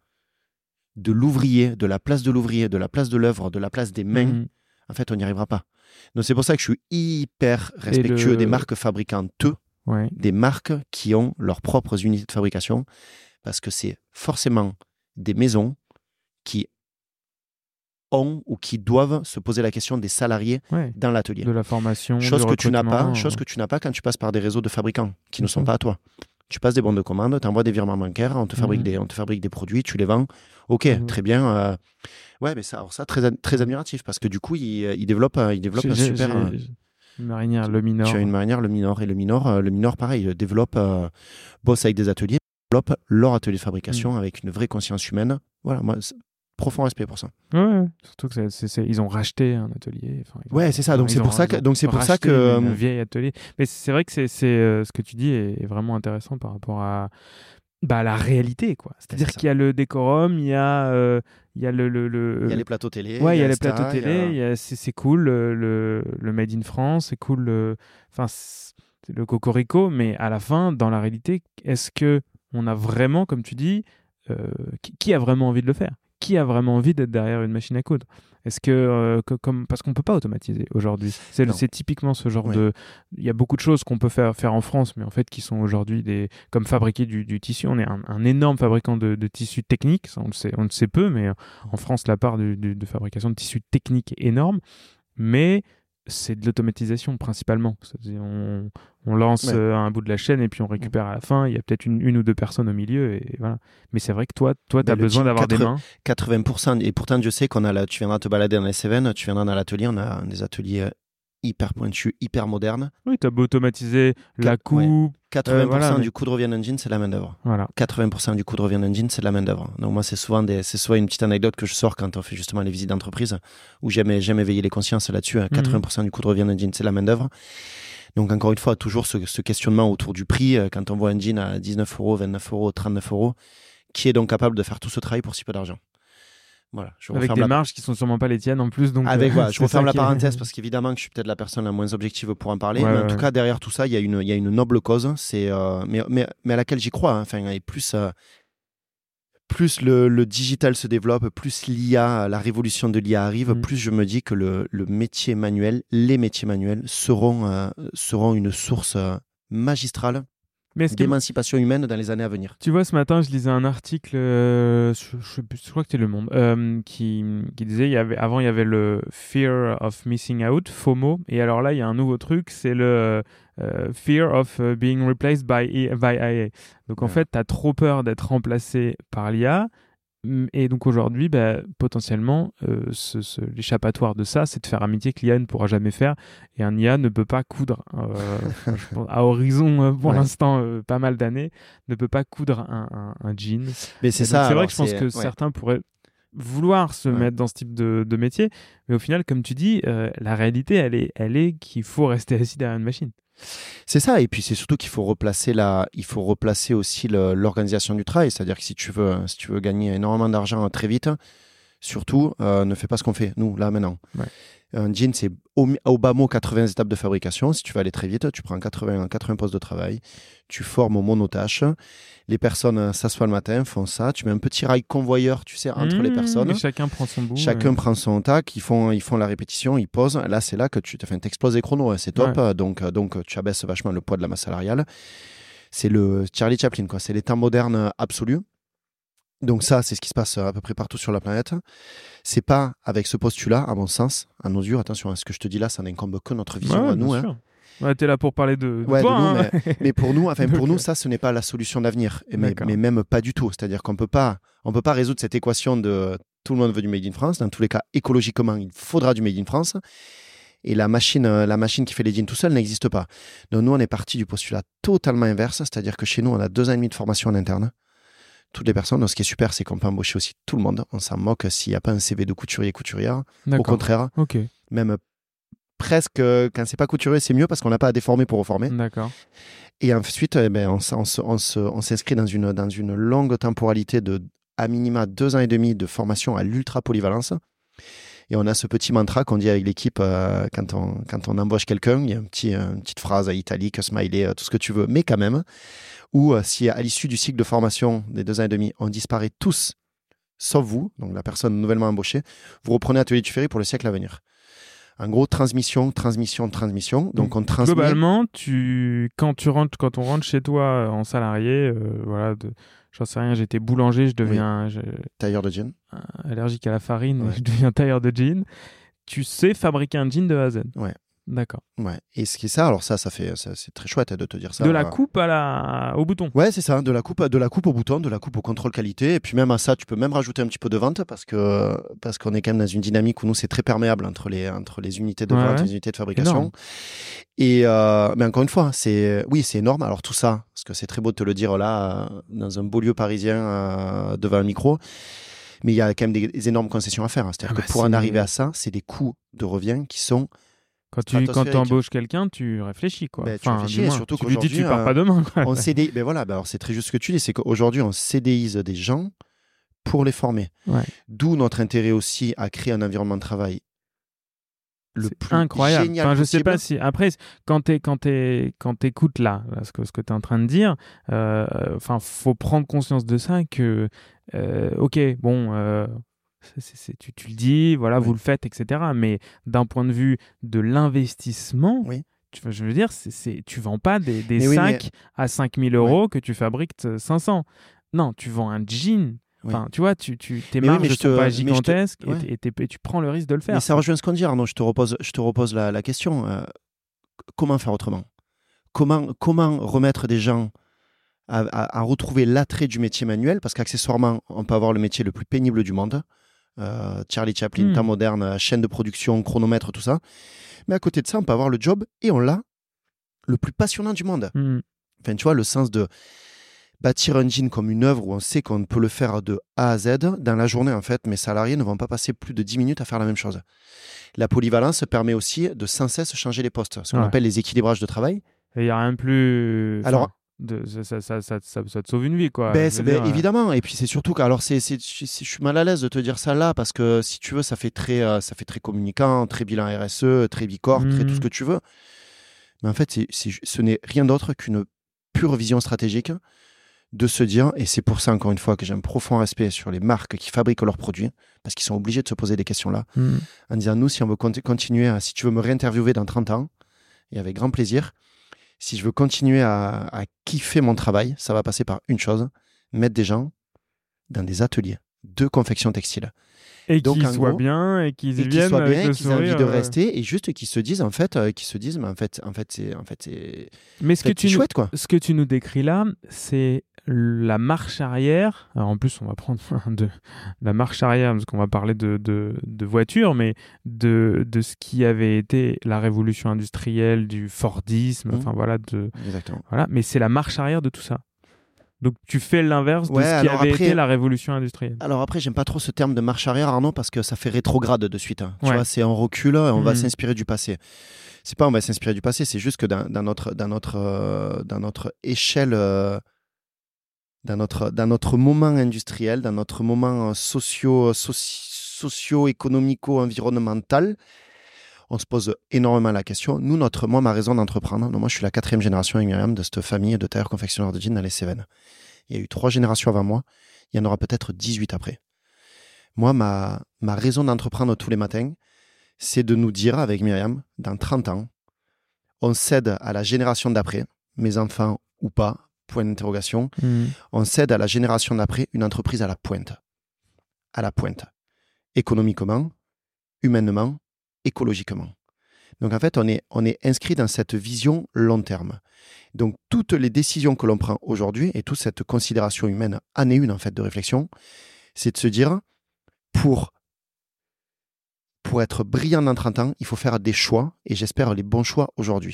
de l'ouvrier, de la place de l'ouvrier, de la place de l'œuvre, de la place des mains, Mhm. en fait, on n'y arrivera pas. Donc c'est pour ça que je suis hyper respectueux le- des marques fabricantes, Ouais. des marques qui ont leurs propres unités de fabrication, parce que c'est forcément des maisons qui ont ou qui doivent se poser la question des salariés Ouais. dans l'atelier. De la formation. Chose du que tu n'as pas, recrutement, chose euh. que tu n'as pas quand tu passes par des réseaux de fabricants qui ne sont Mhm. pas à toi. Tu passes des bons de commande, tu envoies des virements bancaires, on te fabrique Mhm. des, on te fabrique des produits, tu les vends. Ok, Mhm. très bien. euh, Ouais, mais ça, alors ça très, ad- très admiratif parce que du coup, il, il développe, un- il développe J'ai- un j'ai- super. euh, j'ai- Une marinière, le mineur. Tu as une marinière, le minor, et le minor, euh, le minor, pareil, euh, développe, euh, bosse avec des ateliers, développe leur atelier de Mm. fabrication avec une vraie conscience humaine. Voilà, moi, c'est- profond respect pour ça. Ouais, ouais. Surtout que c'est, c'est- c'est- ils ont racheté un atelier. Enfin, ils ont- Ouais, c'est ça. ils ont- Donc ils c'est ont- pour ça ils que, ont donc c'est pour ça racheté que, une euh, vieille atelier. Mais c'est vrai que c'est, c'est, euh, ce que tu dis est, est vraiment intéressant par rapport à bah, la réalité, quoi. C'est-à-dire c'est ça. qu'il y a le décorum, il y a, euh, il y a le, le, le- il y a les plateaux télé. ouais, il y a les et cetera, plateaux il y a- télé, il y a- c'est, c'est cool le, le, le Made in France, c'est cool le, enfin, c'est le cocorico, mais à la fin, dans la réalité, est-ce que on a vraiment, comme tu dis, euh, qui, qui a vraiment envie de le faire? Qui a vraiment envie d'être derrière une machine à coudre? Est-ce que, euh, que comme parce qu'on peut pas automatiser aujourd'hui, c'est, le- Non. c'est typiquement ce genre Ouais. de, il y a beaucoup de choses qu'on peut faire faire en France, mais en fait qui sont aujourd'hui des, comme fabriquer du, du tissu. On est un, un énorme fabricant de, de tissus techniques, ça, on le sait, on le sait peu, mais euh, en France la part du- du- de fabrication de tissus techniques est énorme, mais c'est de l'automatisation principalement. C'est-à-dire, On, on lance Ouais. euh, un bout de la chaîne et puis on récupère à la fin. Il y a peut-être une, une ou deux personnes au milieu et voilà. Mais c'est vrai que toi, toi, tu as Ben, le besoin jean d'avoir des quatre- mains. quatre-vingts pour cent. Et pourtant, Dieu sait qu'on a là, tu viendras te balader dans les Cévennes, tu viendras dans l'atelier, on a des ateliers hyper pointu, hyper moderne. Oui, tu as beau automatiser la Quatre- coupe. ouais. quatre-vingts pour cent Euh, voilà, mais- du coût de revient d'un jean, c'est la main-d'œuvre. Voilà. quatre-vingts pour cent du coût de revient d'un jean, c'est de la main-d'œuvre. Donc, moi, c'est souvent, des, c'est souvent une petite anecdote que je sors quand on fait justement les visites d'entreprise, où j'aime, j'aime éveiller les consciences là-dessus. Hein. quatre-vingts pour cent du coût de revient d'un jean, c'est de la main-d'œuvre. Donc, encore une fois, toujours ce, ce questionnement autour du prix. euh, Quand on voit un jean à dix-neuf euros, vingt-neuf euros, trente-neuf euros, qui est donc capable de faire tout ce travail pour si peu d'argent? Voilà, je Avec referme des la... marges qui sont sûrement pas les tiennes en plus. Donc, Avec, euh, voilà, je c'est referme ça la qui est- parenthèse parce qu'évidemment que je suis peut-être la personne la moins objective pour en parler. Ouais, mais en ouais, tout ouais. cas, derrière tout ça, il y a une, il y a une noble cause. C'est, euh, mais, mais, mais à laquelle j'y crois. Hein. Enfin, et plus, euh, plus le, le digital se développe, plus l'I A, la révolution de l'I A arrive, Mm. plus je me dis que le, le métier manuel, les métiers manuels seront, euh, seront une source euh, magistrale Mais ce qui est- d'émancipation humaine dans les années à venir. Tu vois, ce matin, je lisais un article, euh, je, je, sais plus, je crois que c'était Le Monde, euh, qui, qui disait, il y avait, avant, il y avait le Fear of Missing Out, FOMO, et alors là, il y a un nouveau truc, c'est le euh, Fear of uh, Being Replaced by, I- by I A. Donc, en Ouais. fait, tu as trop peur d'être remplacé par l'I A, mm, et donc aujourd'hui, bah, potentiellement, euh, ce, ce- l'échappatoire de ça, c'est de faire un métier que l'I A ne pourra jamais faire, et un I A ne peut pas coudre, euh, enfin, je pense, à horizon, euh, pour Ouais. l'instant, euh, pas mal d'années, ne peut pas coudre un, un, un jean. Mais c'est Et donc, ça. C'est vrai alors, que je pense c'est- que ouais. certains pourraient vouloir se Ouais. mettre dans ce type de, de métier, mais au final, comme tu dis, euh, la réalité, elle est, elle est qu'il faut rester assis derrière une machine. C'est ça, et puis c'est surtout qu'il faut replacer la, il faut replacer aussi le- l'organisation du travail, c'est-à-dire que si tu veux, si tu veux gagner énormément d'argent très vite, surtout euh, ne fais pas ce qu'on fait nous là maintenant. Ouais. Un jean, c'est au, mi- au bas mot quatre-vingts étapes de fabrication. Si tu veux aller très vite, tu prends quatre-vingts, quatre-vingts postes de travail, tu formes au monotâche. Les personnes euh, s'assoient le matin, font ça. Tu mets un petit rail convoyeur, tu sais, entre les Mmh, personnes. et chacun prend son bout. Chacun euh. prend son tac, ils font, ils font la répétition, ils posent. Là, c'est là que tu enfin, t'exploses les chronos, hein, c'est top. Ouais. Donc, euh, donc, tu abaisses vachement le poids de la masse salariale. C'est le Charlie Chaplin, quoi. C'est l'état moderne absolu. Donc ça, c'est ce qui se passe à peu près partout sur la planète. C'est pas avec ce postulat, à mon sens, à nos yeux. Attention, à ce que je te dis là, ça n'incombe que notre vision Ouais, à nous. bien Hein. sûr. Ouais, t'es là pour parler de, de Ouais, de toi. nous, hein. mais, mais pour nous, enfin Donc, pour nous, euh, ça, ce n'est pas la solution d'avenir, Et mais, D'accord. mais même pas du tout. C'est-à-dire qu'on peut pas, on peut pas résoudre cette équation de tout le monde veut du made in France. Dans tous les cas, écologiquement, il faudra du made in France. Et la machine, euh, la machine qui fait les jeans tout seul n'existe pas. Donc nous, on est parti du postulat totalement inverse, c'est-à-dire que chez nous, on a deux ans et demi de formation en interne. Toutes les personnes. Donc, ce qui est super, c'est qu'on peut embaucher aussi tout le monde. On s'en moque s'il n'y a pas un C V de couturier couturière. Au D'accord. contraire, Ok, même presque euh, quand c'est pas couturier, c'est mieux parce qu'on n'a pas à déformer pour reformer. d'accord. Et ensuite, eh ben, on, s- on se- on se- on s'inscrit dans une, dans une longue temporalité de à minima deux ans et demi de formation à l'ultra polyvalence. Et on a ce petit mantra qu'on dit avec l'équipe euh, quand, on, quand on embauche quelqu'un. Il y a un petit, euh, une petite phrase italique, smiley, euh, tout ce que tu veux, mais quand même, où euh, si à l'issue du cycle de formation des deux ans et demi, on disparaît tous, sauf vous, donc la personne nouvellement embauchée, vous reprenez Atelier du Ferry pour le siècle à venir. En gros, transmission, transmission, transmission. Donc on transmet. Globalement, tu, quand, tu rentres, quand on rentre chez toi euh, en salarié, euh, voilà, de, j'en sais rien, j'étais boulanger, je deviens j'ai- Tailleur de jean. allergique à la farine, Ouais. je deviens tailleur de jean. Tu sais fabriquer un jean de A à Z. Ouais. D'accord. Ouais. Et ce qui est ça, alors ça, ça fait, ça, c'est très chouette hein, de te dire ça. De la Euh, coupe à la... au bouton. Ouais, c'est ça, de la coupe, de la coupe au bouton, de la coupe au contrôle qualité, et puis même à ça, tu peux même rajouter un petit peu de vente parce que parce qu'on est quand même dans une dynamique où nous c'est très perméable entre les entre les unités de Ouais, vente, ouais. les unités de fabrication. Énorme. Et euh, mais encore une fois, c'est oui, c'est énorme. Alors tout ça, parce que c'est très beau de te le dire là, euh, dans un beau lieu parisien euh, devant un micro. Mais il y a quand même des, des énormes concessions à faire. hein. C'est-à-dire Ah que bah, pour en c'est- arriver à ça, c'est des coûts de revient qui sont Quand tu quand stratosphérique. embauches quelqu'un, tu réfléchis. Quoi. Ben, tu Enfin, réfléchis, du et moins, surtout tu lui dis qu'aujourd'hui, tu pars euh, pas demain. Quoi. on C D I. Ben voilà, ben alors c'est très juste ce que tu dis, c'est qu'aujourd'hui on C D Ise des gens pour les former. Ouais. D'où notre intérêt aussi à créer un environnement de travail le C'est plus incroyable. génial Enfin, je sais possible. pas si après quand t'es quand t'es quand t'écoutes là, là ce que ce que t'es en train de dire, euh, enfin faut prendre conscience de ça que euh, ok bon euh, c'est- c'est- c'est- tu, tu le dis voilà Oui. vous le faites etc. Mais d'un point de vue de l'investissement, Oui. tu, je veux dire c'est c'est tu vends pas des, des Mais oui, sacs à cinq mille euros que tu fabriques cinq cents. Non, tu vends un jean. Oui. Enfin, tu vois, tu, tu, tes Mais oui, marges mais ne je sont te- pas mais je te- gigantesques ouais. et, t'es- et t'es- tu prends le risque de le faire. Mais ça rejoint ce qu'on dit, Arnaud. Je te repose, je te repose la, la question. euh, comment faire autrement comment, comment remettre des gens à, à- à retrouver l'attrait du métier manuel? Parce qu'accessoirement, on peut avoir le métier le plus pénible du monde. euh, Charlie Chaplin, Mmh. temps moderne, chaîne de production, chronomètre, tout ça. Mais à côté de ça, on peut avoir le job, et on l'a, le plus passionnant du monde. Mmh. Enfin, tu vois, le sens de bâtir un jean comme une œuvre où on sait qu'on peut le faire de A à Z. Dans la journée, en fait, mes salariés ne vont pas passer plus de dix minutes à faire la même chose. La polyvalence permet aussi de sans cesse changer les postes, ce qu'on Ouais. appelle les équilibrages de travail. Et il n'y a rien de plus. Alors- enfin, de, ça, ça, ça, ça, ça- ça te sauve une vie, quoi. Ben, Je c'est- veux ben, dire, euh, évidemment, et puis c'est surtout que, alors c'est, c'est, je, je suis mal à l'aise de te dire ça là, parce que si tu veux, ça fait très, euh, ça fait très communicant, très bilan R S E, très bicorp, très tout Mhm. ce que tu veux. Mais en fait, c'est, c'est, ce n'est rien d'autre qu'une pure vision stratégique de se dire, et c'est pour ça encore une fois que j'ai un profond respect sur les marques qui fabriquent leurs produits, parce qu'ils sont obligés de se poser des questions là, hmm. en disant, nous, si on veut conti- continuer, à, si tu veux me réinterviewer dans trente ans, et avec grand plaisir, si je veux continuer à, à kiffer mon travail, ça va passer par une chose, mettre des gens dans des ateliers de confection textile. Et Donc, qu'ils en soient gros, bien et qu'ils y Et qu'ils viennent soient avec bien, le qu'ils aient envie sourire, de euh. rester, et juste qu'ils se disent, en fait, euh, qu'ils se disent, mais en fait, en fait, c'est, en fait, c'est, Mais ce en que, fait, tu c'est nous, chouette, quoi. ce que tu nous décris là, c'est la marche arrière. Alors en plus, on va prendre de la marche arrière parce qu'on va parler de, de, de voitures, mais de, de ce qui avait été la révolution industrielle, du Fordisme, Mmh. enfin voilà, de, Exactement. voilà. Mais c'est la marche arrière de tout ça. Donc tu fais l'inverse Ouais, de ce qui alors avait après- été la révolution industrielle. Alors après, j'aime pas trop ce terme de marche arrière, Arnaud, parce que ça fait rétrograde de suite. hein. Tu Ouais. vois, c'est on recule, on va Mhm. s'inspirer du passé. C'est pas on va s'inspirer du passé, c'est juste que dans, dans notre, dans, notre, euh, dans notre échelle, euh, dans, notre, dans notre moment industriel, dans notre moment euh, socio, soci- socio-économico-environnemental, on se pose énormément la question. Nous, notre, moi, ma raison d'entreprendre, donc moi, je suis la quatrième génération avec Myriam de cette famille de tailleurs confectionneurs de jeans dans les Cévennes. Il y a eu trois générations avant moi, il y en aura peut-être dix-huit après. Moi, ma, ma raison d'entreprendre tous les matins, c'est de nous dire avec Myriam, dans trente ans, on cède à la génération d'après, mes enfants ou pas, point d'interrogation, Mhm. on cède à la génération d'après une entreprise à la pointe. À la pointe. Économiquement, humainement, écologiquement. Donc en fait, on est, on est inscrit dans cette vision long terme. Donc toutes les décisions que l'on prend aujourd'hui et toute cette considération humaine en est une en fait de réflexion, c'est de se dire, pour, pour être brillant dans trente ans, il faut faire des choix et j'espère les bons choix aujourd'hui.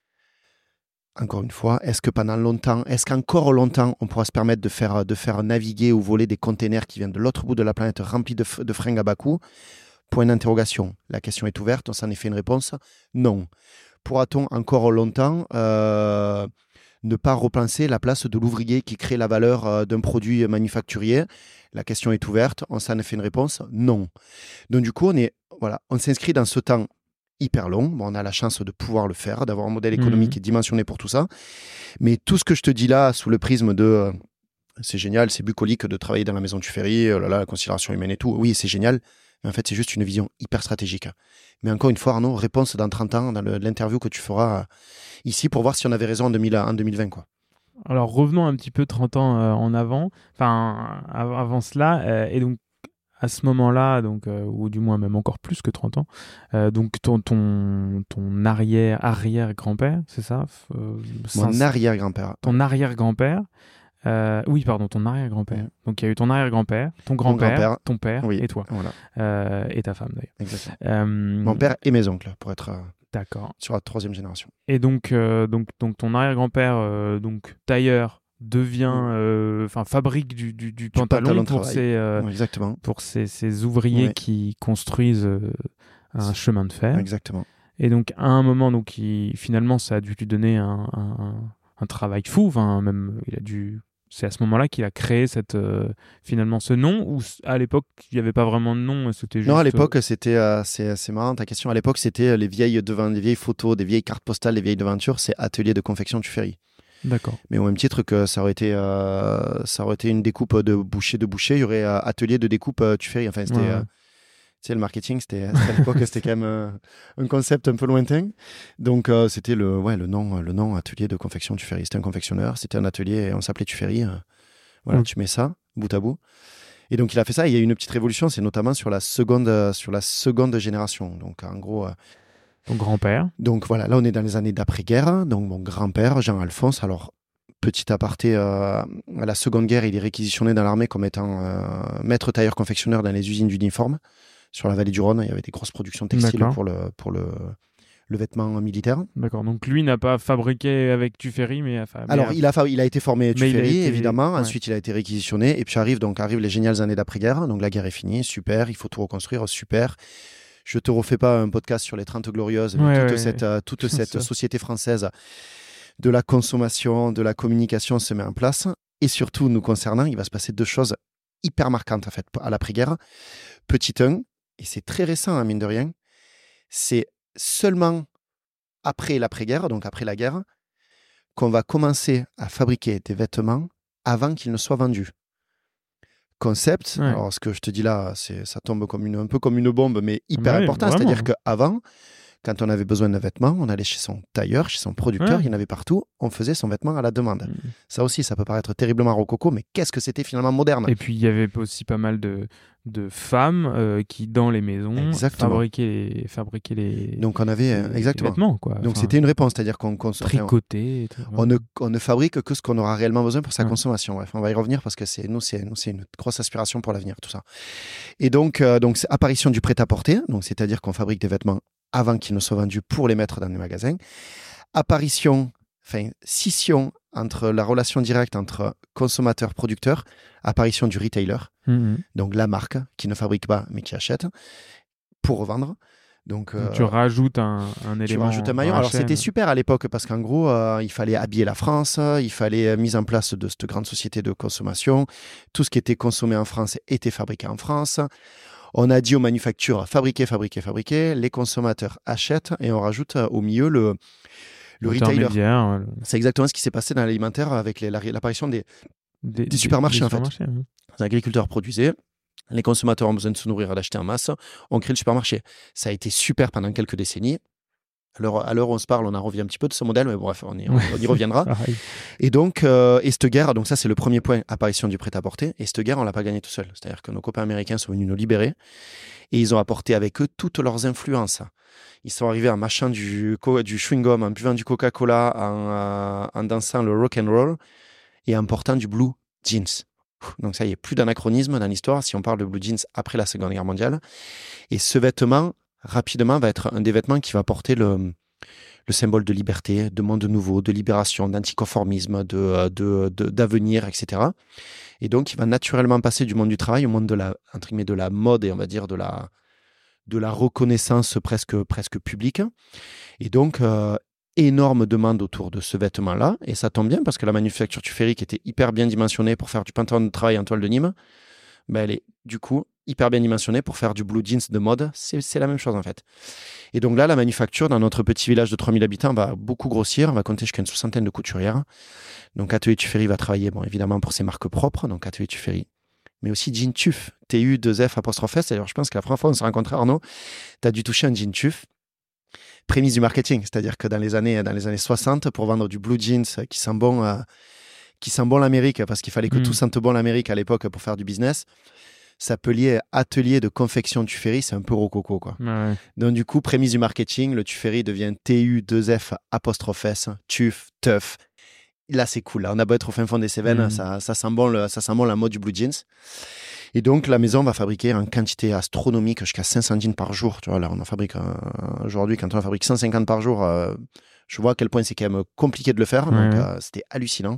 Encore une fois, est-ce que pendant longtemps, est-ce qu'encore longtemps, on pourra se permettre de faire, de faire naviguer ou voler des containers qui viennent de l'autre bout de la planète remplis de, f- de fringues à bas coût? Point d'interrogation. La question est ouverte, on s'en est fait une réponse. Non. Pourra-t-on encore longtemps euh, ne pas repenser la place de l'ouvrier qui crée la valeur euh, d'un produit manufacturier? La question est ouverte, on s'en a fait une réponse. Non. Donc du coup, on, est, voilà, on s'inscrit dans ce temps hyper long. Bon, on a la chance de pouvoir le faire, d'avoir un modèle économique Mhm. qui est dimensionné pour tout ça. Mais tout ce que je te dis là, sous le prisme de euh, c'est génial, c'est bucolique de travailler dans la maison du Ferry, oh là là, la considération humaine et tout, oui, c'est génial, mais en fait, c'est juste une vision hyper stratégique. Mais encore une fois, Arnaud, réponse dans trente ans, dans le- l'interview que tu feras euh, ici pour voir si on avait raison en, deux mille, en deux mille vingt. Quoi. Alors revenons un petit peu trente ans euh, en avant, enfin av- avant cela, euh, et donc à ce moment-là, donc euh, ou du moins même encore plus que trente ans, euh, donc ton ton ton arrière arrière grand-père, c'est ça, f- euh, Mon cinq- arrière-grand-père. ton arrière grand-père, euh, oui pardon, ton arrière grand-père. Mm. Donc il y a eu ton arrière grand-père, ton grand-père, grand-père, ton père oui. et toi, Voilà, euh, et ta femme d'ailleurs. exactement. Euh, Mon père et mes oncles, pour être euh, D'accord. sur la troisième génération. Et donc, euh, donc, donc ton arrière-grand-père, euh, donc tailleur, devient, euh, enfin fabrique du, du, du pantalon, pantalon de pour travail. ses, euh, Ouais, exactement. pour ces, ces ouvriers Ouais. qui construisent euh, un chemin de fer. Exactement. Et donc à un moment, donc il, finalement, ça a dû lui donner un, un, un travail fou. Enfin, même il a dû. C'est à ce moment-là qu'il a créé cette euh, finalement ce nom, ou s- à l'époque il n'y avait pas vraiment de nom, c'était juste. Non, à l'époque, c'était, euh, c'est, c'est marrant ta question. À l'époque, c'était les vieilles, devant, les vieilles photos, des vieilles cartes postales, des vieilles devantures, c'est atelier de confection du Ferry. D'accord. Mais au même titre que ça aurait été, euh, ça aurait été une découpe de boucher de boucher, il y aurait euh, atelier de découpe euh, tu fais. Enfin, c'était, Ouais, ouais. euh, tu sais, le marketing, c'était, c'était à l'époque, c'était quand même euh, un concept un peu lointain. Donc, euh, c'était le, ouais, le nom, le nom atelier de confection tu Ferry. C'était un confectionneur, c'était un atelier, et on s'appelait tu Ferry. euh, voilà, Mm. tu mets ça bout à bout. Et donc, il a fait ça. Et il y a eu une petite révolution, c'est notamment sur la seconde, euh, sur la seconde génération. Donc, en gros. Euh, Ton grand-père. donc voilà, là on est dans les années d'après-guerre. Donc mon grand-père, Jean-Alphonse, alors petit aparté, euh, à la Seconde Guerre, il est réquisitionné dans l'armée comme étant euh, maître tailleur confectionneur dans les usines d'uniformes sur la vallée du Rhône. Il y avait des grosses productions textiles D'accord. pour le, pour le, le vêtement militaire. D'accord. Donc lui n'a pas fabriqué avec Tuffery, mais enfin. Alors, mais, il a, fa- il a été formé à Mais il a Tuffery, été- évidemment. ouais. Ensuite, il a été réquisitionné. Et puis arrive, donc, arrivent les géniales années d'après-guerre. Donc, la guerre est finie. Super. Il faut tout reconstruire. Super. Je te refais pas un podcast sur les trente Glorieuses, mais Ouais, toute ouais, cette, ouais. euh, toute cette Ça. société française de la consommation, de la communication se met en place. Et surtout, nous concernant, il va se passer deux choses hyper marquantes, en fait, à l'après-guerre. Petit un, et c'est très récent, hein, mine de rien, c'est seulement après l'après-guerre, donc après la guerre, qu'on va commencer à fabriquer des vêtements avant qu'ils ne soient vendus. Concept, Ouais. alors ce que je te dis là, c'est, ça tombe comme une, un peu comme une bombe, mais hyper Ouais, important. vraiment. C'est-à-dire qu'avant, quand on avait besoin d'un vêtement, on allait chez son tailleur, chez son producteur, Ouais. il y en avait partout, on faisait son vêtement à la demande. Mm. Ça aussi, ça peut paraître terriblement rococo, mais qu'est-ce que c'était finalement moderne. Et puis il y avait aussi pas mal de, de femmes euh, qui, dans les maisons, Exactement. fabriquaient les, fabriquaient les, Donc on avait, euh, les- exactement. les vêtements. Quoi. Donc Enfin, c'était une réponse, c'est-à-dire qu'on consomme. tricotés. et tout. On ne, on ne fabrique que ce qu'on aura réellement besoin pour sa Ouais. consommation. Bref, on va y revenir parce que c'est, nous, c'est, nous, c'est une grosse aspiration pour l'avenir, tout ça. Et donc, euh, donc c'est apparition du prêt-à-porter, donc c'est-à-dire qu'on fabrique des vêtements avant qu'ils ne soient vendus pour les mettre dans les magasins. Apparition, enfin, scission entre la relation directe entre consommateur-producteur, apparition du retailer, Mhm. donc la marque qui ne fabrique pas mais qui achète pour revendre. Donc, Donc, euh, tu rajoutes un, un tu élément. rajoutes un dans maillon. la Alors chaîne. c'était super à l'époque parce qu'en gros, euh, il fallait habiller la France, euh, il fallait euh, mise en place de cette grande société de consommation. Tout ce qui était consommé en France était fabriqué en France. On a dit aux manufactures fabriquer, fabriquer, fabriquer. Les consommateurs achètent et on rajoute euh, au milieu le, le retailer. Intermédiaire, euh, le- C'est exactement ce qui s'est passé dans l'alimentaire avec les- l'apparition des, des, Des supermarchés, en fait. supermarchés, hein. les agriculteurs produisaient. Les consommateurs ont besoin de se nourrir et d'acheter en masse. On crée le supermarché. Ça a été super pendant quelques décennies. Alors, à l'heure où on se parle, on en revient un petit peu de ce modèle, mais bref, on y, on, on y reviendra. Pareil. Et donc, euh, et cette guerre, donc ça c'est le premier point, apparition du prêt-à-porter. Et cette guerre, on l'a pas gagnée tout seul. C'est-à-dire que nos copains américains sont venus nous libérer et ils ont apporté avec eux toutes leurs influences. Ils sont arrivés en mâchant du, co- du chewing-gum, en buvant du Coca-Cola, en, euh, en dansant le rock and roll et en portant du blue jeans. Donc ça, il n'y a plus d'anachronisme dans l'histoire si on parle de blue jeans après la Seconde Guerre mondiale. Et ce vêtement, rapidement, va être un des vêtements qui va porter le, le symbole de liberté, de monde nouveau, de libération, d'anticonformisme, de, de, de- d'avenir, et cetera. Et donc, il va naturellement passer du monde du travail au monde de la, entre guillemets, de la mode et on va dire de la, de la reconnaissance presque, presque publique. Et donc, euh, énorme demande autour de ce vêtement-là. Et ça tombe bien parce que la manufacture Tuffery, qui était hyper bien dimensionnée pour faire du pantalon de travail en toile de Nîmes, ben elle est du coup hyper bien dimensionnée pour faire du blue jeans de mode. C'est, c'est la même chose en fait. Et donc là, la manufacture dans notre petit village de trois mille habitants va beaucoup grossir. On va compter jusqu'à une soixantaine de couturières. Donc Atelier Tuffery va travailler bon, évidemment pour ses marques propres, donc Atelier Tuffery, mais aussi Jean Tuf, T U deux F apostrophe S. Alors je pense que la première fois où on s'est rencontrés, Arnaud, tu as dû toucher un Jean Tuf. Prémisse du marketing, c'est-à-dire que dans les années, dans les années soixante, pour vendre du blue jeans qui sent bon, euh, qui sent bon l'Amérique, parce qu'il fallait que Mm. tout sente bon l'Amérique à l'époque pour faire du business, s'appelait atelier de confection Tuffery, c'est un peu rococo, quoi. Ouais. Donc du coup, prémisse du marketing, le Tuffery devient T U deux F apostrophe S, Tuf, Teuf. Là, c'est cool. Là, on a beau être au fin fond des Cévennes, Mhm. ça, ça sent bon, le, ça sent bon la mode du blue jeans. Et donc, la maison va fabriquer en quantité astronomique jusqu'à cinq cents jeans par jour. Tu vois, là, on en fabrique euh, aujourd'hui, quand on en fabrique cent cinquante par jour, euh, je vois à quel point c'est quand même compliqué de le faire. Ouais, donc, ouais. euh, c'était hallucinant.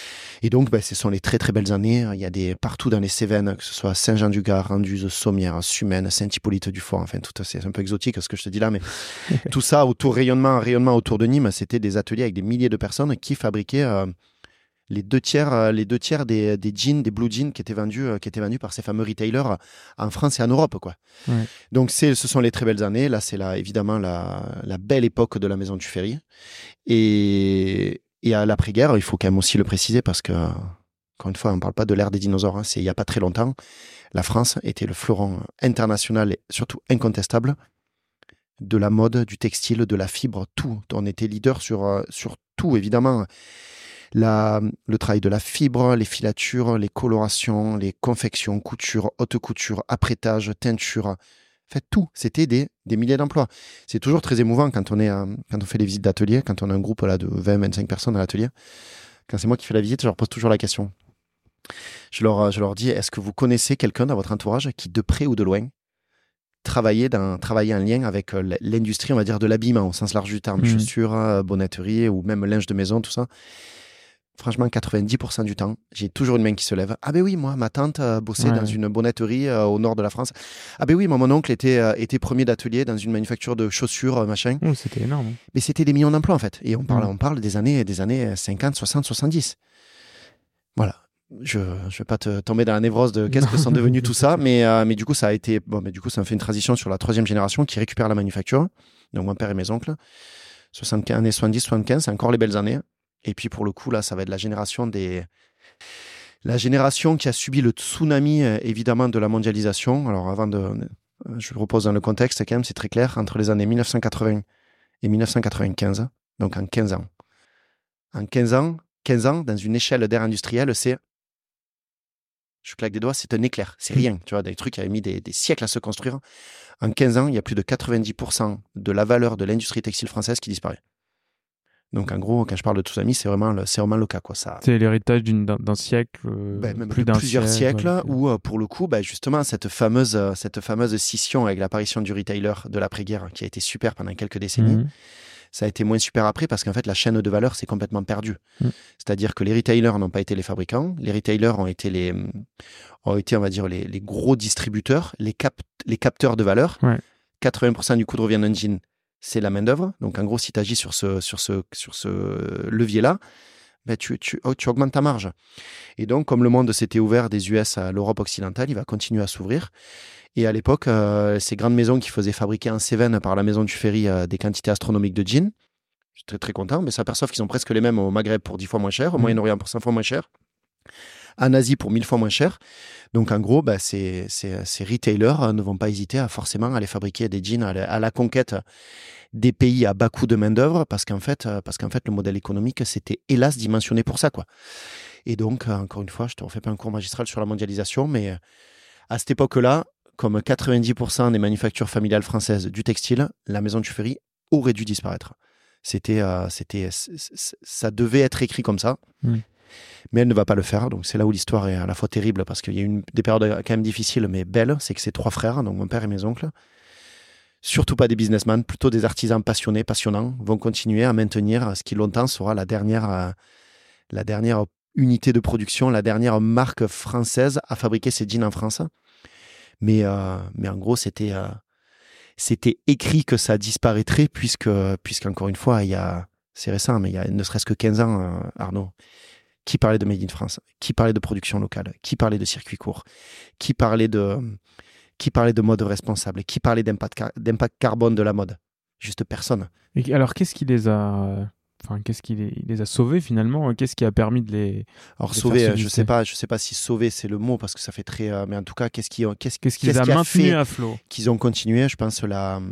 Et donc, ben, ce sont les très très belles années. Il y a des partout dans les Cévennes, que ce soit Saint-Jean-du-Gard, Randuse, Sommières, Sumène, Saint-Hippolyte-du-Fort. Enfin, tout c'est un peu exotique ce que je te dis là, mais tout ça autour rayonnement, rayonnement autour de Nîmes, c'était des ateliers avec des milliers de personnes qui fabriquaient euh, les deux tiers, euh, les deux tiers des, des jeans, des blue jeans qui étaient vendus, euh, qui étaient vendus par ces fameux retailers euh, en France et en Europe, quoi. Ouais. Donc c'est, ce sont les très belles années. Là, c'est la, évidemment la, la belle époque de la maison Tuffery. Et, et à l'après-guerre, il faut quand même aussi le préciser parce que, encore une fois, on ne parle pas de l'ère des dinosaures. Hein, c'est il n'y a pas très longtemps. La France était le fleuron international et surtout incontestable de la mode, du textile, de la fibre, tout. On était leader sur, euh, sur tout, évidemment. La, le travail de la fibre, les filatures, les colorations, les confections, couture, haute couture, apprêtage, teinture, en fait tout, c'était des, des milliers d'emplois. C'est toujours très émouvant quand on, est, euh, quand on fait les visites d'atelier, quand on a un groupe là, de vingt à vingt-cinq personnes à l'atelier, quand c'est moi qui fais la visite, je leur pose toujours la question. Je leur, je leur dis, est-ce que vous connaissez quelqu'un dans votre entourage qui, de près ou de loin, travaillait, dans, travaillait en lien avec l'industrie, on va dire, de l'habillement, au sens large du terme, mmh. chaussures, bonnetterie ou même linge de maison, tout ça. Franchement, quatre-vingt-dix pour cent du temps, j'ai toujours une main qui se lève. Ah ben oui, moi, ma tante euh, bossait ouais. dans une bonnetterie euh, au nord de la France. Ah ben oui, moi, mon oncle était, euh, était premier d'atelier dans une manufacture de chaussures, euh, machin. Oh, c'était énorme. Mais c'était des millions d'emplois, en fait. Et on parle, mmh. on parle des années, des années cinquante, soixante, soixante-dix. Voilà. Je ne vais pas te tomber dans la névrose de qu'est-ce que sont devenus tout ça, mais, euh, mais du coup, ça a été, bon, mais du coup, ça a fait une transition sur la troisième génération qui récupère la manufacture. Donc, mon père et mes oncles. soixante-quinze, années soixante-dix, soixante-quinze, c'est encore les belles années. Et puis, pour le coup, là, ça va être la génération des, la génération qui a subi le tsunami, évidemment, de la mondialisation. Alors, avant de, je repose dans le contexte, quand même, c'est très clair, entre les années mille neuf cent quatre-vingts et mille neuf cent quatre-vingt-quinze, donc en quinze ans. En quinze ans, quinze ans, dans une échelle d'ère industrielle, c'est je claque des doigts, c'est un éclair, c'est rien. Tu vois, des trucs qui avaient mis des, des siècles à se construire. En quinze ans, il y a plus de quatre-vingt-dix pour cent de la valeur de l'industrie textile française qui disparaît. Donc, en gros, quand je parle de tsunami, c'est vraiment le, c'est vraiment le cas, quoi. Ça... C'est l'héritage d'une, d'un, d'un siècle, euh, ben, même plus de d'un plusieurs siècle, siècles, ouais. où, euh, pour le coup, ben, justement, cette fameuse, euh, cette fameuse scission avec l'apparition du retailer de l'après-guerre, qui a été super pendant quelques décennies, mmh. ça a été moins super après parce qu'en fait, la chaîne de valeur s'est complètement perdue. Mmh. C'est-à-dire que les retailers n'ont pas été les fabricants, les retailers ont été, les, ont été on va dire, les, les gros distributeurs, les, cap, les capteurs de valeur. Ouais. quatre-vingts pour cent du coût de revient d'un jean, c'est la main-d'œuvre. Donc, en gros, si tu agis sur ce, sur ce, sur ce levier-là, ben, tu, tu, oh, tu augmentes ta marge. Et donc, comme le monde s'était ouvert des U S à l'Europe occidentale, il va continuer à s'ouvrir. Et à l'époque, euh, ces grandes maisons qui faisaient fabriquer en Cévennes par la maison du Ferry euh, des quantités astronomiques de jeans, je suis très, très content, mais s'aperçoivent qu'ils ont presque les mêmes au Maghreb pour dix fois moins cher, au mmh. Moyen-Orient pour cent fois moins cher, en Asie pour mille fois moins cher. Donc, en gros, bah, ces, ces, ces retailers ne vont pas hésiter à forcément aller fabriquer des jeans à la, à la conquête des pays à bas coût de main-d'œuvre parce qu'en fait, parce qu'en fait, le modèle économique, c'était hélas dimensionné pour ça, quoi. Et donc, encore une fois, je ne te refais pas un cours magistral sur la mondialisation, mais à cette époque-là, comme quatre-vingt-dix pour cent des manufactures familiales françaises du textile, la maison du Ferry aurait dû disparaître. C'était, euh, c'était, c- c- ça devait être écrit comme ça. Mmh. Mais elle ne va pas le faire, donc c'est là où l'histoire est à la fois terrible, parce qu'il y a eu une, des périodes quand même difficiles, mais belles, c'est que ces trois frères, donc mon père et mes oncles, surtout pas des businessmen, plutôt des artisans passionnés, passionnants, vont continuer à maintenir ce qui longtemps sera la dernière, euh, la dernière unité de production, la dernière marque française à fabriquer ses jeans en France. Mais, euh, mais en gros, c'était, euh, c'était écrit que ça disparaîtrait, puisque, puisqu'encore une fois, il y a, c'est récent, mais il y a ne serait-ce que quinze ans, euh, Arnaud, qui parlait de Made in France, qui parlait de production locale, qui parlait de circuit court, qui parlait de, qui parlait de mode responsable, qui parlait d'impact, car- d'impact carbone de la mode. Juste personne. Et alors, qu'est-ce qui les a, enfin, qu'est-ce qui les, les a sauvés finalement ? Qu'est-ce qui a permis de les, Alors de les sauver, faire je sais subsister pas, je sais pas si sauver c'est le mot parce que ça fait très, euh, mais en tout cas, qu'est-ce qui, qu'est-ce, Qu'est-ce qui qu'est-ce les a qui a maintenus fait à flot ? qu'ils ont continué, je pense la,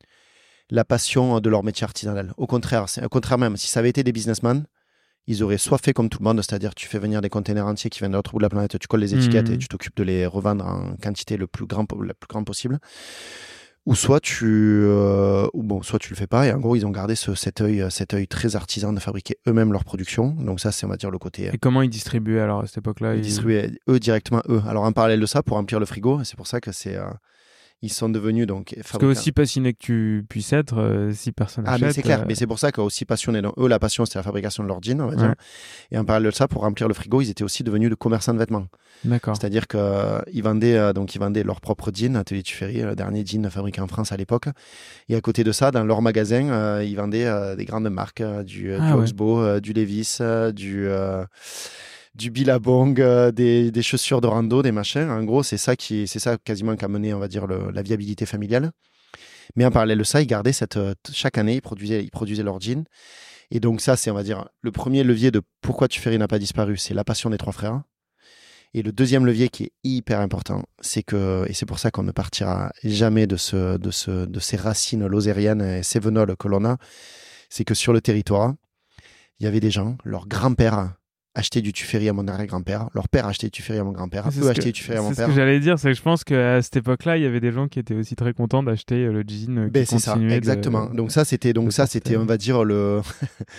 la passion de leur métier artisanal. Au contraire, c'est au contraire même. Si ça avait été des businessmen, ils auraient soit fait comme tout le monde, c'est-à-dire tu fais venir des containers entiers qui viennent de l'autre bout de la planète, tu colles les étiquettes mmh. et tu t'occupes de les revendre en quantité le plus grand, la plus grande possible. Ou soit tu, euh, ou bon, soit tu le fais pas. Et en gros, ils ont gardé ce, cet œil, cet œil très artisan de fabriquer eux-mêmes leur production. Donc ça, c'est on va dire le côté. Et comment ils distribuaient alors à cette époque-là ? Ils ils... distribuaient eux directement eux. Alors en parallèle de ça, pour remplir le frigo, c'est pour ça que c'est. Euh, Ils sont devenus donc fabricants. Parce que aussi passionné que tu puisses être, euh, si personne ah, achète... mais c'est clair, euh... mais c'est pour ça qu'aussi passionnés. Donc, eux, la passion, c'était la fabrication de leurs jeans, on va dire. Ouais. Et en parallèle de ça, pour remplir le frigo, ils étaient aussi devenus de commerçants de vêtements. D'accord. C'est-à-dire qu'ils euh, vendaient, euh, donc, ils vendaient leurs propres jeans, Atelier du Ferry, le dernier jean fabriqué en France à l'époque. Et à côté de ça, dans leur magasin, euh, ils vendaient euh, des grandes marques, euh, du, euh, ah, du ouais. Oxbow, euh, du Levi's, euh, du... Euh, du Billabong, euh, des, des chaussures de rando, des machins. En gros, c'est ça qui, c'est ça quasiment qui a mené, on va dire, le, la viabilité familiale. Mais en parallèle de ça, ils gardaient cette, euh, chaque année, ils produisaient, ils produisaient leurs jeans. Et donc ça, c'est, on va dire, le premier levier de pourquoi Tuffery n'a pas disparu, c'est la passion des trois frères. Et le deuxième levier qui est hyper important, c'est que, et c'est pour ça qu'on ne partira jamais de, ce, de, ce, de ces racines lozériennes et cévenoles que l'on a, c'est que sur le territoire, il y avait des gens, leurs grands-pères acheter du Tuffery à mon arrière-grand-père, leur père achetait du Tuffery à mon grand-père, c'est eux achetaient du Tuffery à mon c'est père. C'est ce que j'allais dire, c'est que je pense qu'à cette époque-là, il y avait des gens qui étaient aussi très contents d'acheter le jean qui ben, c'est ça, exactement. De, donc ça, c'était, donc ça, c'était, on va dire, le,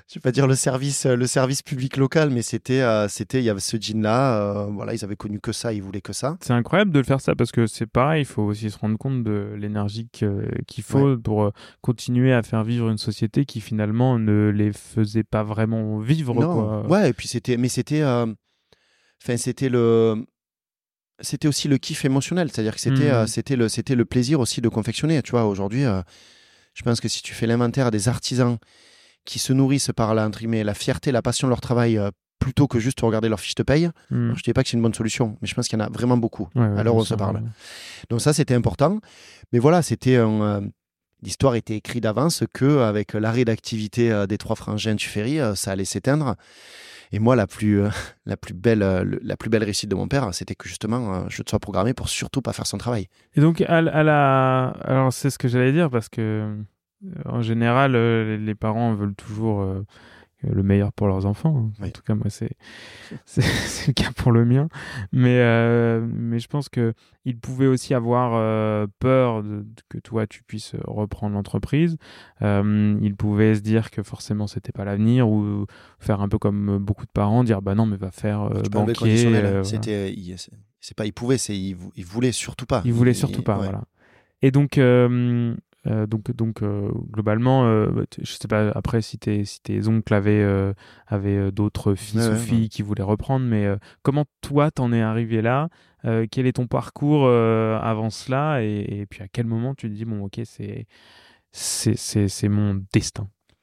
je vais pas dire le service, le service public local, mais c'était, euh, c'était, il y avait ce jean-là, euh, voilà, ils avaient connu que ça, ils voulaient que ça. C'est incroyable de le faire ça parce que c'est pareil, il faut aussi se rendre compte de l'énergie que, qu'il faut Ouais. pour euh, continuer à faire vivre une société qui finalement ne les faisait pas vraiment vivre. Non, Quoi. ouais, et puis c'était, mais c'était, enfin, euh, c'était le, c'était aussi le kiff émotionnel, c'est-à-dire que c'était, Mmh. euh, c'était le, c'était le plaisir aussi de confectionner. Tu vois, aujourd'hui, euh, je pense que si tu fais l'inventaire des artisans qui se nourrissent par la, entre guillemets, la fierté, la passion de leur travail, euh, plutôt que juste regarder leur fiche de paye. Mmh. Alors, je ne dis pas que c'est une bonne solution, mais je pense qu'il y en a vraiment beaucoup, Ouais, ouais, à l'heure où bien on se sûr, parle. ouais. Donc ça, c'était important. Mais voilà, c'était un... euh, l'histoire était écrite d'avance qu'avec l'arrêt d'activité euh, des trois frangins Tuffery, euh, ça allait s'éteindre. Et moi, la plus, euh, la, plus belle, euh, le- la plus belle réussite de mon père, c'était que justement, euh, je sois programmé pour surtout pas faire son travail. Et donc, à, l- à la... Alors, c'est ce que j'allais dire parce que, euh, en général, euh, les, les parents veulent toujours euh, le meilleur pour leurs enfants. En Oui. tout cas, moi, c'est, c'est, c'est le cas pour le mien. Mais, euh, mais je pense qu'ils pouvaient aussi avoir euh, peur de, de- que toi, tu puisses reprendre l'entreprise. Euh, ils pouvaient se dire que forcément, c'était pas l'avenir ou faire un peu comme beaucoup de parents, dire bah non, mais va faire euh, Tu peux enlever le banquier. conditionnel. euh, voilà. C'était, il, c'est, c'est pas il pouvait, c'est il, vou- il voulait surtout pas. Ils voulaient Il- surtout pas, ouais. voilà. Et donc, euh, euh, donc, donc euh, globalement, euh, t- je sais pas après si tes, si tes oncles avaient, euh, avaient euh, d'autres fils Ouais, ou ouais, filles ouais. qui voulaient reprendre, mais euh, comment toi t'en es arrivé là? Euh, quel est ton parcours euh, avant cela? Et, et puis à quel moment tu te dis, bon, ok, c'est, c'est, c'est, c'est mon destin.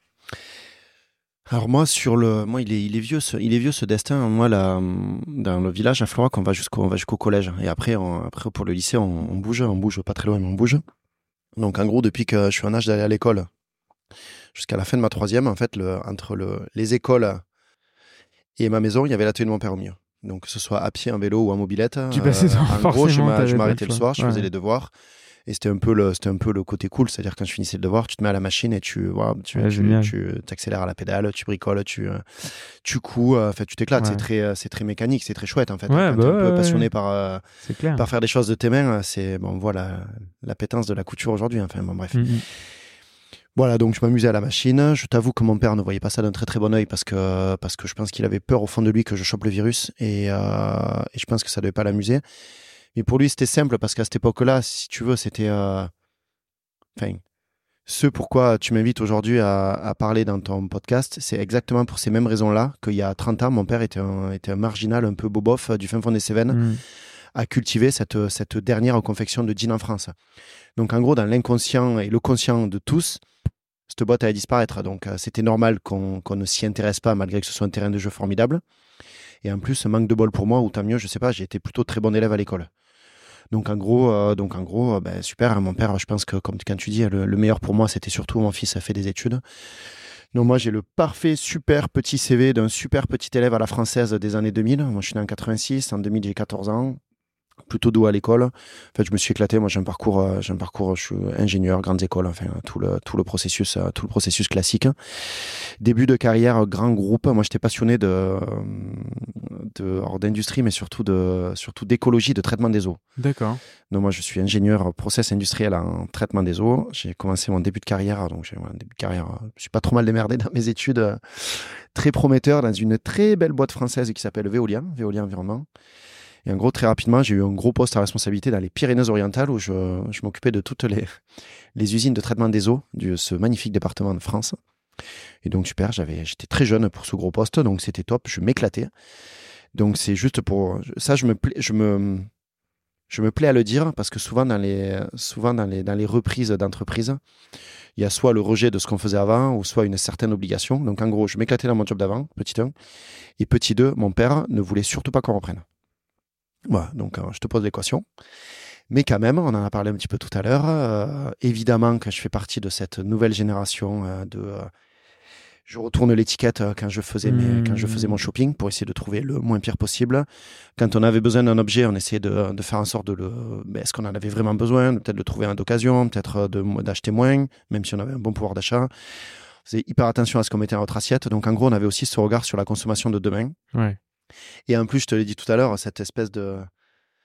Alors moi, sur le, moi, il est, il est vieux, ce, il est vieux ce destin. Moi, là, dans le village à Florac, on va jusqu'au, on va jusqu'au collège. Et après, on, après pour le lycée, on, on bouge, on bouge pas très loin, mais on bouge. Donc en gros, depuis que je suis en âge d'aller à l'école, jusqu'à la fin de ma troisième, en fait, le, entre le, les écoles et ma maison, il y avait l'atelier de mon père au milieu. Donc que ce soit à pied, en vélo ou en mobilette. Tu passais dans- en gros, je forcément, m'a- t'avais je pas m'arrêtais le le choix. soir, je Ouais. faisais les devoirs. Et c'était un peu le, c'était un peu le côté cool, c'est-à-dire quand je finissais le devoir, tu te mets à la machine et tu, voilà, tu, Ouais, tu, génial. tu accélères à la pédale, tu bricoles, tu, euh, tu couds, euh, enfin tu t'éclates. Ouais. C'est très, euh, c'est très mécanique, c'est très chouette en fait. Ouais, Quand bah t'es un ouais, peu ouais, passionné ouais. par, euh, C'est clair. par faire des choses de tes mains, c'est bon, voilà l'appétence de la couture aujourd'hui. Enfin bon, bref. Mm, mm. Voilà, donc je m'amusais à la machine. Je t'avoue que mon père ne voyait pas ça d'un très très bon œil parce que, parce que je pense qu'il avait peur au fond de lui que je chope le virus et, euh, et je pense que ça devait pas l'amuser. Mais pour lui, c'était simple parce qu'à cette époque-là, si tu veux, c'était. euh, Enfin, ce pourquoi tu m'invites aujourd'hui à, à parler dans ton podcast, c'est exactement pour ces mêmes raisons-là qu'il y a trente ans, mon père était un, était un marginal un peu bobof du fin fond des Cévennes Mm. à cultiver cette, cette dernière confection de jeans en France. Donc en gros, dans l'inconscient et le conscient de tous, cette boîte allait disparaître. Donc euh, c'était normal qu'on qu'on ne s'y intéresse pas malgré que ce soit un terrain de jeu formidable. Et en plus, manque de bol pour moi, ou tant mieux, je sais pas, j'ai été plutôt très bon élève à l'école. Donc en gros, euh, donc en gros, euh, ben, super. hein, mon père, je pense que comme quand tu dis, le, le meilleur pour moi, c'était surtout mon fils a fait des études. Donc moi, j'ai le parfait super petit C V d'un super petit élève à la française des années deux mille. Moi, je suis né en quatre-vingt-six. En deux mille, j'ai quatorze ans. Plutôt doux à l'école. En fait, je me suis éclaté. Moi, j'ai un parcours, euh, j'ai un parcours, je suis ingénieur, grandes écoles, enfin tout le tout le processus, euh, tout le processus classique. Début de carrière, grand groupe. Moi, j'étais passionné de, euh, de hors d'industrie, mais surtout de surtout d'écologie, de traitement des eaux. D'accord. Donc moi, je suis ingénieur process industriel en traitement des eaux. J'ai commencé mon début de carrière, donc j'ai un début de carrière. euh, Je suis pas trop mal démerdé dans mes études, euh, très prometteur dans une très belle boîte française qui s'appelle Veolia, Veolia Environnement. Et en gros, très rapidement, j'ai eu un gros poste à responsabilité dans les Pyrénées-Orientales où je, je m'occupais de toutes les, les usines de traitement des eaux de ce magnifique département de France. Et donc, super, j'avais, j'étais très jeune pour ce gros poste, donc c'était top, je m'éclatais. Donc, c'est juste pour... Ça, je me, plais, je, me, je me plais à le dire parce que souvent, dans les, souvent dans les, dans les reprises d'entreprise, il y a soit le rejet de ce qu'on faisait avant ou soit une certaine obligation. Donc, en gros, je m'éclatais dans mon job d'avant, petit un. Et petit deux, mon père ne voulait surtout pas qu'on reprenne. Voilà, donc euh, je te pose l'équation. Mais quand même, on en a parlé un petit peu tout à l'heure, euh, évidemment que je fais partie de cette nouvelle génération euh, de... Euh, je retourne l'étiquette euh, quand je faisais mes, Mmh. quand je faisais mon shopping pour essayer de trouver le moins pire possible. Quand on avait besoin d'un objet, on essayait de, de faire en sorte de le... Ben, est-ce qu'on en avait vraiment besoin? Peut-être de le trouver en d'occasion, peut-être de, d'acheter moins, même si on avait un bon pouvoir d'achat. On faisait hyper attention à ce qu'on mettait dans notre assiette. Donc en gros, on avait aussi ce regard sur la consommation de demain. Ouais. Et en plus, je te l'ai dit tout à l'heure, cette espèce de,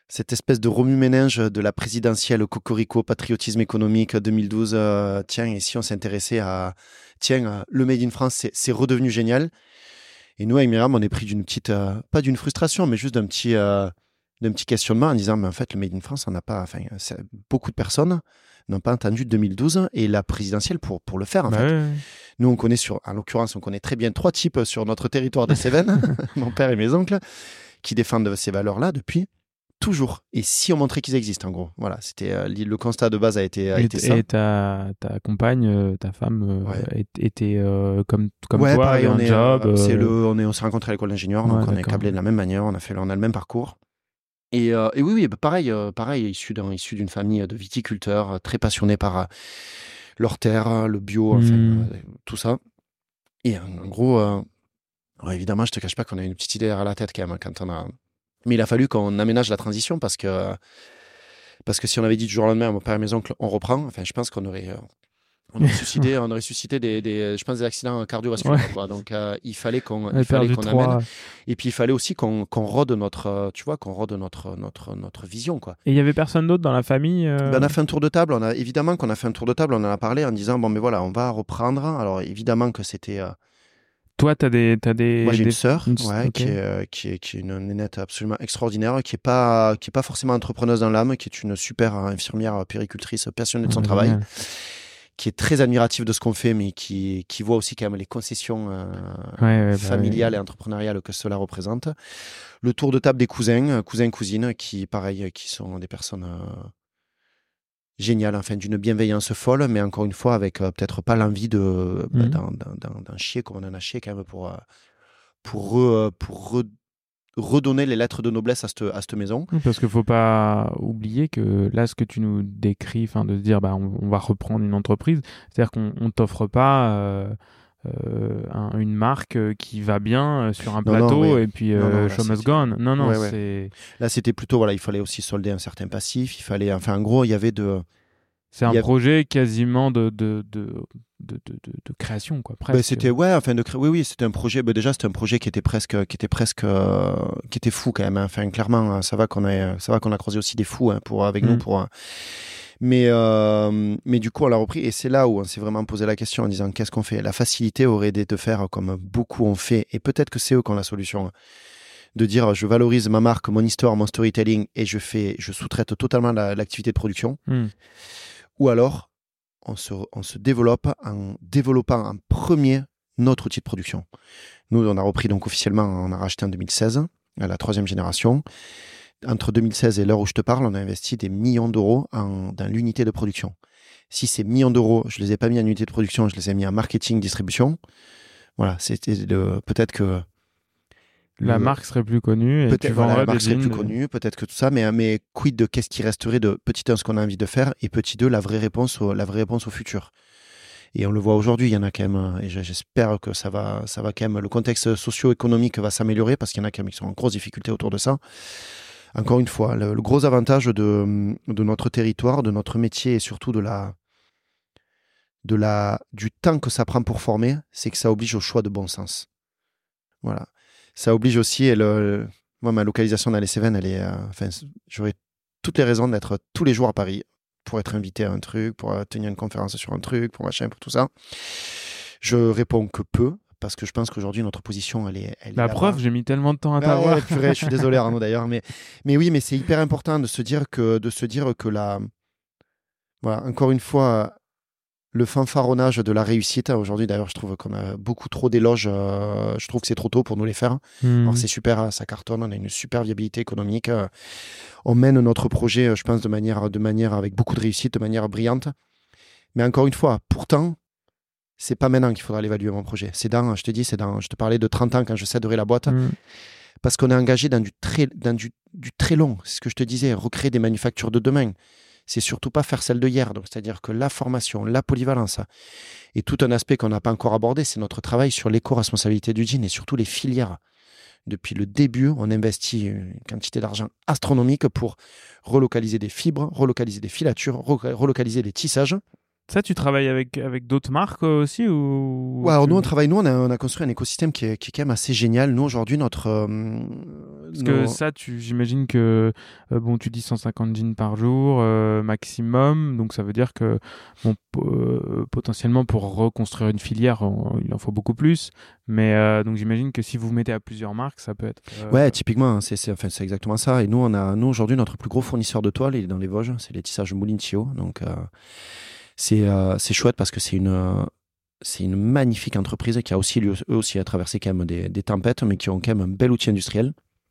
cette espèce de remue-ménage de la présidentielle cocorico patriotisme économique deux mille douze. Euh, tiens, et si on s'intéressait à... Tiens, euh, le Made in France, c'est, c'est redevenu génial. Et nous, avec Myriam, on est pris d'une petite... Euh, pas d'une frustration, mais juste d'un petit, euh, d'un petit questionnement en disant, mais en fait, le Made in France, on n'a pas... Enfin, c'est, beaucoup de personnes n'ont pas entendu deux mille douze et la présidentielle pour, pour le faire, en bah fait. ouais, ouais. Nous, on connaît, sur, en l'occurrence, on connaît très bien trois types sur notre territoire des Cévennes, mon père et mes oncles, qui défendent ces valeurs-là depuis toujours. Et si on montrait qu'ils existent, en gros. Voilà, c'était euh, le constat de base a été, a Et, été ça. et ta, ta compagne, euh, ta femme, euh, Ouais. était euh, comme, comme ouais, toi, pareil, avait on un est, job. euh, c'est euh, le, on est, on s'est rencontrés à l'école d'ingénieur, Ouais, donc on est d'accord. câblés de la même manière, on a fait, on a le même parcours. Et, euh, et oui, oui, bah, pareil, euh, pareil, issu d'un, issu d'une famille de viticulteurs euh, très passionnés par euh, leur terre, le bio, enfin, Mm. euh, tout ça. Et en, en gros, euh, ouais, évidemment, je te cache pas qu'on a une petite idée derrière la tête quand même quand on a. Mais il a fallu qu'on aménage la transition parce que parce que si on avait dit du jour au lendemain à mon père et mes oncles, on reprend. Enfin, je pense qu'on aurait euh, on aurait suscité, on aurait suscité des, des, je pense des accidents cardiovasculaires. Ouais. Quoi. Donc euh, il fallait qu'on, On a il fallait perdu qu'on trois. amène. Et puis il fallait aussi qu'on, qu'on rôde notre, euh, tu vois, qu'on rôde notre notre notre vision, quoi. Et il y avait personne d'autre dans la famille euh... Ben, on a fait un tour de table. On a évidemment qu'on a fait un tour de table. On en a parlé en disant bon, mais voilà, on va reprendre. Alors évidemment que c'était. Euh, Toi, t'as des, t'as des. Moi, j'ai des... une sœur, une... ouais, okay. qui, est, euh, qui, est, qui est une nénette absolument extraordinaire, qui n'est pas, qui est pas forcément entrepreneuse dans l'âme, qui est une super infirmière péricultrice passionnée de son Ouais, travail, génial. qui est très admirative de ce qu'on fait, mais qui, qui voit aussi quand même les concessions euh, ouais, ouais, bah, familiales ouais. et entrepreneuriales que cela représente. Le tour de table des cousins, cousins, cousines, qui, pareil, qui sont des personnes... Euh, génial, enfin, d'une bienveillance folle, mais encore une fois, avec euh, peut-être pas l'envie de, mmh. bah, d'en, d'en, d'en chier comme on en a chié quand même pour, euh, pour, re, pour re, redonner les lettres de noblesse à cette, à cette maison. Parce qu'il ne faut pas oublier que là, ce que tu nous décris, enfin, de se dire bah, on, on va reprendre une entreprise, c'est-à-dire qu'on ne t'offre pas euh, euh, un, une marque qui va bien sur un non, plateau non, ouais. et puis euh, show must go on. Non, non, ouais, c'est... Ouais. Là, c'était plutôt, voilà, il fallait aussi solder un certain passif, il fallait, enfin, en gros, il y avait de... C'est un a... projet quasiment de, de, de, de, de, de création, quoi, presque. Ben, c'était, ouais, enfin, de cré... oui, oui, c'était un projet, ben, déjà, c'était un projet qui était presque, qui était presque, euh, qui était fou quand même, hein. Enfin, clairement, ça va qu'on a, ça va qu'on a croisé aussi des fous, hein, pour, avec mmh. nous, pour... Mais, euh, mais du coup, on l'a repris et c'est là où on s'est vraiment posé la question en disant qu'est-ce qu'on fait ? La facilité aurait été de faire comme beaucoup ont fait, et peut-être que c'est eux qui ont la solution, de dire je valorise ma marque, mon histoire, mon storytelling et je, fais, je sous-traite totalement la, l'activité de production. Mm. Ou alors, on se, on se développe en développant en premier notre outil de production. Nous, on a repris donc officiellement, on a racheté en deux mille seize, à la troisième génération. Entre deux mille seize et l'heure où je te parle, on a investi des millions d'euros en, dans l'unité de production. Si ces millions d'euros, je ne les ai pas mis en unité de production, je les ai mis en marketing, distribution. Voilà, c'était le, peut-être que... La le, marque serait plus connue. Et peut-être tu voilà, la marque serait plus de... connue, peut-être que tout ça, mais, mais quid de qu'est-ce qui resterait de petit un, ce qu'on a envie de faire, et petit deux, la vraie réponse au, la vraie réponse au futur. Et on le voit aujourd'hui, il y en a quand même, et j'espère que ça va, ça va quand même, le contexte socio-économique va s'améliorer, parce qu'il y en a quand même qui sont en grosse difficulté autour de ça. Encore une fois, le, le gros avantage de, de notre territoire, de notre métier et surtout de la, de la, du temps que ça prend pour former, c'est que ça oblige au choix de bon sens. Voilà. Ça oblige aussi, et le, moi, ma localisation dans les Cévennes, elle est, euh, enfin, j'aurais toutes les raisons d'être tous les jours à Paris pour être invité à un truc, pour tenir une conférence sur un truc, pour machin, pour tout ça. Je réponds que peu. Parce que je pense qu'aujourd'hui, notre position, elle est... Elle la est preuve, j'ai mis tellement de temps à t'avoir. Ouais, purée, je suis désolé, Arnaud, d'ailleurs. Mais, mais oui, mais c'est hyper important de se dire que, de se dire que la... Voilà, encore une fois, le fanfaronnage de la réussite, aujourd'hui, d'ailleurs, je trouve qu'on a beaucoup trop d'éloges. Euh, je trouve que c'est trop tôt pour nous les faire. Mmh. Alors, c'est super, ça cartonne, on a une super viabilité économique. Euh, on mène notre projet, je pense, de manière, de manière avec beaucoup de réussite, de manière brillante. Mais encore une fois, pourtant... c'est pas maintenant qu'il faudra l'évaluer, mon projet. C'est dans, je te dis, c'est dans, je te parlais de trente ans quand je céderai la boîte. Mmh. Parce qu'on est engagé dans, du très, dans du, du très long. C'est ce que je te disais, recréer des manufactures de demain. C'est surtout pas faire celles de hier. Donc, c'est-à-dire que la formation, la polyvalence et tout un aspect qu'on n'a pas encore abordé, c'est notre travail sur l'éco-responsabilité du jean et surtout les filières. Depuis le début, on investit une quantité d'argent astronomique pour relocaliser des fibres, relocaliser des filatures, relocaliser des tissages. Ça, tu travailles avec, avec d'autres marques euh, aussi ou... Ouais, alors tu... nous, on travaille, nous, on a, on a construit un écosystème qui est, qui est quand même assez génial. Nous, aujourd'hui, notre... Euh, Parce nos... que ça, tu, j'imagine que, euh, bon, tu dis cent cinquante jeans par jour, euh, maximum, donc ça veut dire que, bon, p- euh, potentiellement, pour reconstruire une filière, on- il en faut beaucoup plus, mais euh, donc j'imagine que si vous vous mettez à plusieurs marques, ça peut être... euh, Ouais, typiquement, c'est, c'est, enfin, c'est exactement ça. Et nous, on a, nous, aujourd'hui, notre plus gros fournisseur de toile, il est dans les Vosges, c'est les tissages Moulinchio. Donc, euh, c'est, euh, c'est chouette parce que c'est une... Euh, c'est une magnifique entreprise qui a aussi, eux aussi, à traverser quand même des, des tempêtes, mais qui ont quand même un bel outil industriel.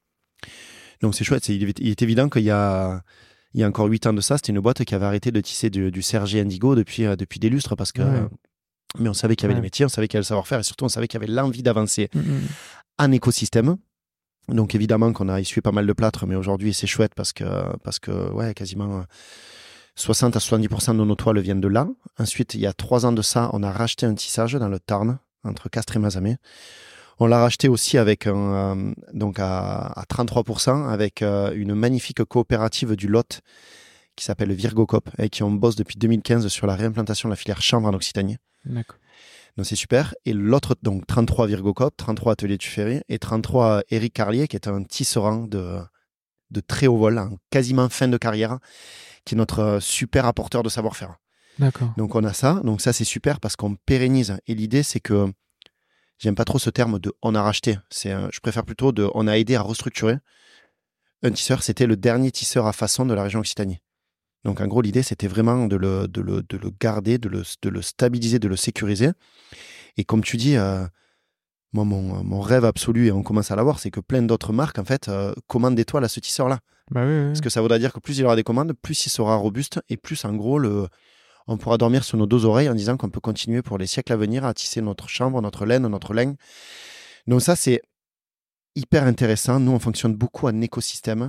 Donc c'est chouette. C'est, il, est, il est évident qu'il y a, il y a encore huit ans de ça, c'était une boîte qui avait arrêté de tisser du, du serge indigo depuis, euh, depuis des lustres parce que, Ouais. euh, mais on savait qu'il y avait Ouais. les métiers, on savait qu'il y avait le savoir-faire et surtout on savait qu'il y avait l'envie d'avancer mm, mm. en écosystème. Donc évidemment qu'on a essuyé pas mal de plâtre, mais aujourd'hui c'est chouette parce que, parce que ouais, quasiment soixante à soixante-dix pour cent de nos toiles viennent de là. Ensuite, il y a trois ans de ça, on a racheté un tissage dans le Tarn, entre Castres et Mazamet. On l'a racheté aussi avec un, euh, donc à, à trente-trois pour cent avec euh, une magnifique coopérative du Lot qui s'appelle Virgocop et qui on bosse depuis deux mille quinze sur la réimplantation de la filière chanvre en Occitanie. D'accord. Donc c'est super. Et l'autre, donc trente-trois Virgocop, trente-trois Atelier Tuffery et trente-trois Éric Carlier qui est un tisserand de, de très haut vol, en quasiment fin de carrière, qui est notre super apporteur de savoir-faire. D'accord. Donc on a ça, donc ça c'est super parce qu'on pérennise. Et l'idée c'est que, j'aime pas trop ce terme de on a racheté, c'est, euh, je préfère plutôt de on a aidé à restructurer. Un tisseur, c'était le dernier tisseur à façon de la région Occitanie. Donc en gros l'idée c'était vraiment de le, de le, de le garder, de le, de le stabiliser, de le sécuriser. Et comme tu dis, euh, moi mon, mon rêve absolu, et on commence à l'avoir, c'est que plein d'autres marques en fait euh, commandent des toiles à ce tisseur-là. Bah oui, oui. Parce que ça voudra dire que plus il aura des commandes, plus il sera robuste et plus en gros le, on pourra dormir sur nos deux oreilles en disant qu'on peut continuer pour les siècles à venir à tisser notre chambre, notre laine, notre laine. Donc ça c'est hyper intéressant. Nous on fonctionne beaucoup en écosystème,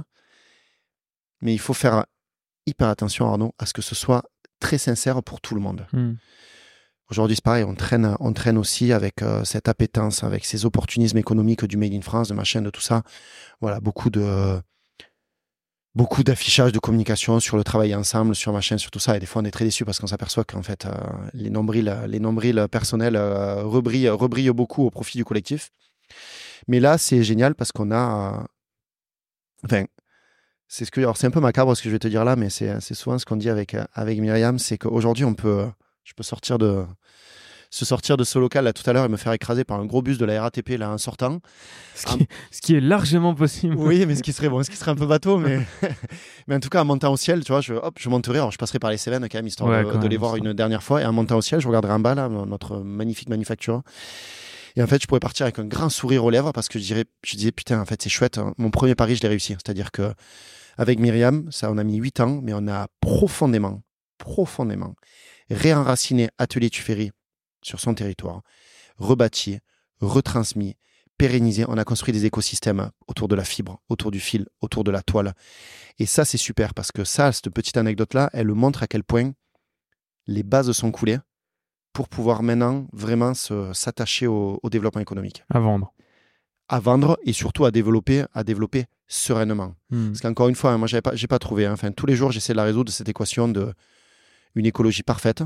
mais il faut faire hyper attention Arnaud à ce que ce soit très sincère pour tout le monde. Mm. Aujourd'hui c'est pareil, on traîne, on traîne aussi avec euh, cette appétence, avec ces opportunismes économiques du Made in France, de machin, de tout ça. Voilà, beaucoup de... Beaucoup d'affichage, de communication sur le travail ensemble, sur machin, sur tout ça. Et des fois, on est très déçus parce qu'on s'aperçoit qu'en fait, euh, les nombrils, les nombrils personnels euh, rebrillent, rebrillent beaucoup au profit du collectif. Mais là, c'est génial parce qu'on a... Euh, enfin, c'est, ce que, alors, c'est un peu macabre ce que je vais te dire là, mais c'est, c'est souvent ce qu'on dit avec, avec Myriam, c'est qu'aujourd'hui, on peut, je peux sortir de... se sortir de ce local là tout à l'heure et me faire écraser par un gros bus de la R A T P là en sortant. Ce qui, ce qui est largement possible. Oui, mais ce qui serait bon, ce qui serait un peu bateau, mais mais en tout cas en montant au ciel, tu vois, je hop, je monterai, alors je passerai par les Cévennes quand même histoire Ouais, de, quand de même, les voir ça. une dernière fois et en montant au ciel, je regarderai en bas là notre magnifique manufacture. Et en fait, je pourrais partir avec un grand sourire aux lèvres parce que je dirais, je disais putain, en fait, c'est chouette, hein. Mon premier pari, je l'ai réussi, c'est-à-dire que avec Myriam, ça on a mis huit ans, mais on a profondément, profondément réenraciné Atelier Tuffery sur son territoire, rebâti, retransmis, pérennisé. On a construit des écosystèmes autour de la fibre, autour du fil, autour de la toile. Et ça, c'est super parce que ça, cette petite anecdote-là, elle montre à quel point les bases sont coulées pour pouvoir maintenant vraiment se, s'attacher au, au développement économique. À vendre. À vendre et surtout à développer, à développer sereinement. Mm. Parce qu'encore une fois, hein, moi, j'avais pas, j'ai pas trouvé. Hein. Enfin, tous les jours, j'essaie de la résoudre, cette équation de une écologie parfaite,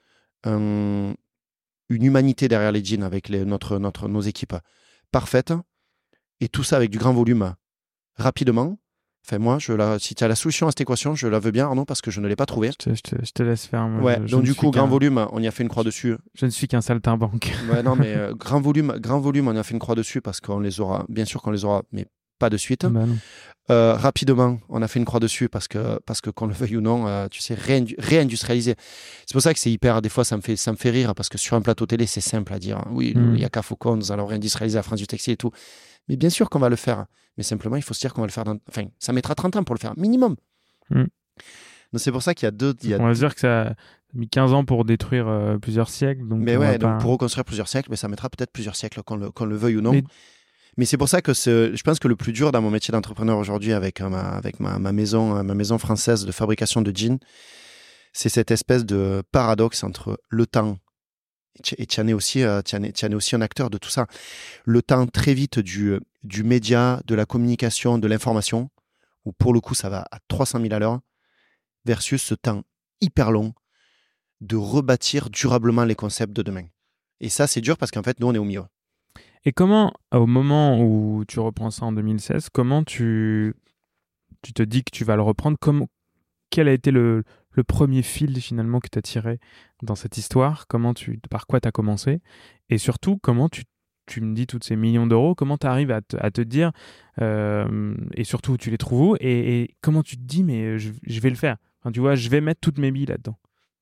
un, une humanité derrière les jeans avec les, notre, notre, nos équipes parfaites, et tout ça avec du grand volume rapidement. Enfin, moi, je la, si tu as la solution à cette équation, je la veux bien, Arnaud, parce que je ne l'ai pas trouvée. Je te, je te- je te laisse faire. Moi, Ouais, je- je donc ne du suis coup, grand qu'un- volume, on y a fait une croix dessus. Je ne suis qu'un saltimbanque. Ouais, non, mais euh, grand volume, grand volume, on y a fait une croix dessus parce qu'on les aura, bien sûr qu'on les aura, mais pas de suite. Bah non. Euh, rapidement, on a fait une croix dessus parce que, parce que qu'on le veuille ou non, euh, tu sais, réindu- réindustrialiser. C'est pour ça que c'est hyper, des fois, ça me fait, ça me fait rire parce que sur un plateau télé, c'est simple à dire. Hein. Oui, Mm. il y a qu'à Faucon, nous allons réindustrialiser la France du textile et tout. Mais bien sûr qu'on va le faire. Mais simplement, il faut se dire qu'on va le faire dans... Enfin, ça mettra trente ans pour le faire, minimum. Mm. Donc c'est pour ça qu'il y a deux... Il y a On va deux- se dire que ça a mis quinze ans pour détruire euh, plusieurs siècles. Donc Mais on va ouais, donc pas- pour reconstruire plusieurs siècles, mais ça mettra peut-être plusieurs siècles, qu'on le, qu'on le veuille ou non. Mais- Mais c'est pour ça que ce, je pense que le plus dur dans mon métier d'entrepreneur aujourd'hui avec euh, ma, avec ma, ma, maison, euh, ma maison française de fabrication de jeans, c'est cette espèce de paradoxe entre le temps, et tu en es aussi, euh, tu en es, tu en es aussi un acteur de tout ça, le temps très vite du, du média, de la communication, de l'information, où pour le coup ça va à trois cent mille à l'heure, versus ce temps hyper long de rebâtir durablement les concepts de demain. Et ça, c'est dur parce qu'en fait, nous, on est au milieu. Et comment, au moment où tu reprends ça en deux mille seize, comment tu, tu te dis que tu vas le reprendre? Comment, quel a été le, le premier fil finalement que tu as tiré dans cette histoire? Comment tu, par quoi tu as commencé? Et surtout, comment tu, tu me dis toutes ces millions d'euros, comment tu arrives à te, à te dire, euh, et surtout, tu les trouves où? Et, et comment tu te dis, mais je, je vais le faire? Enfin, tu vois, je vais mettre toutes mes billes là-dedans.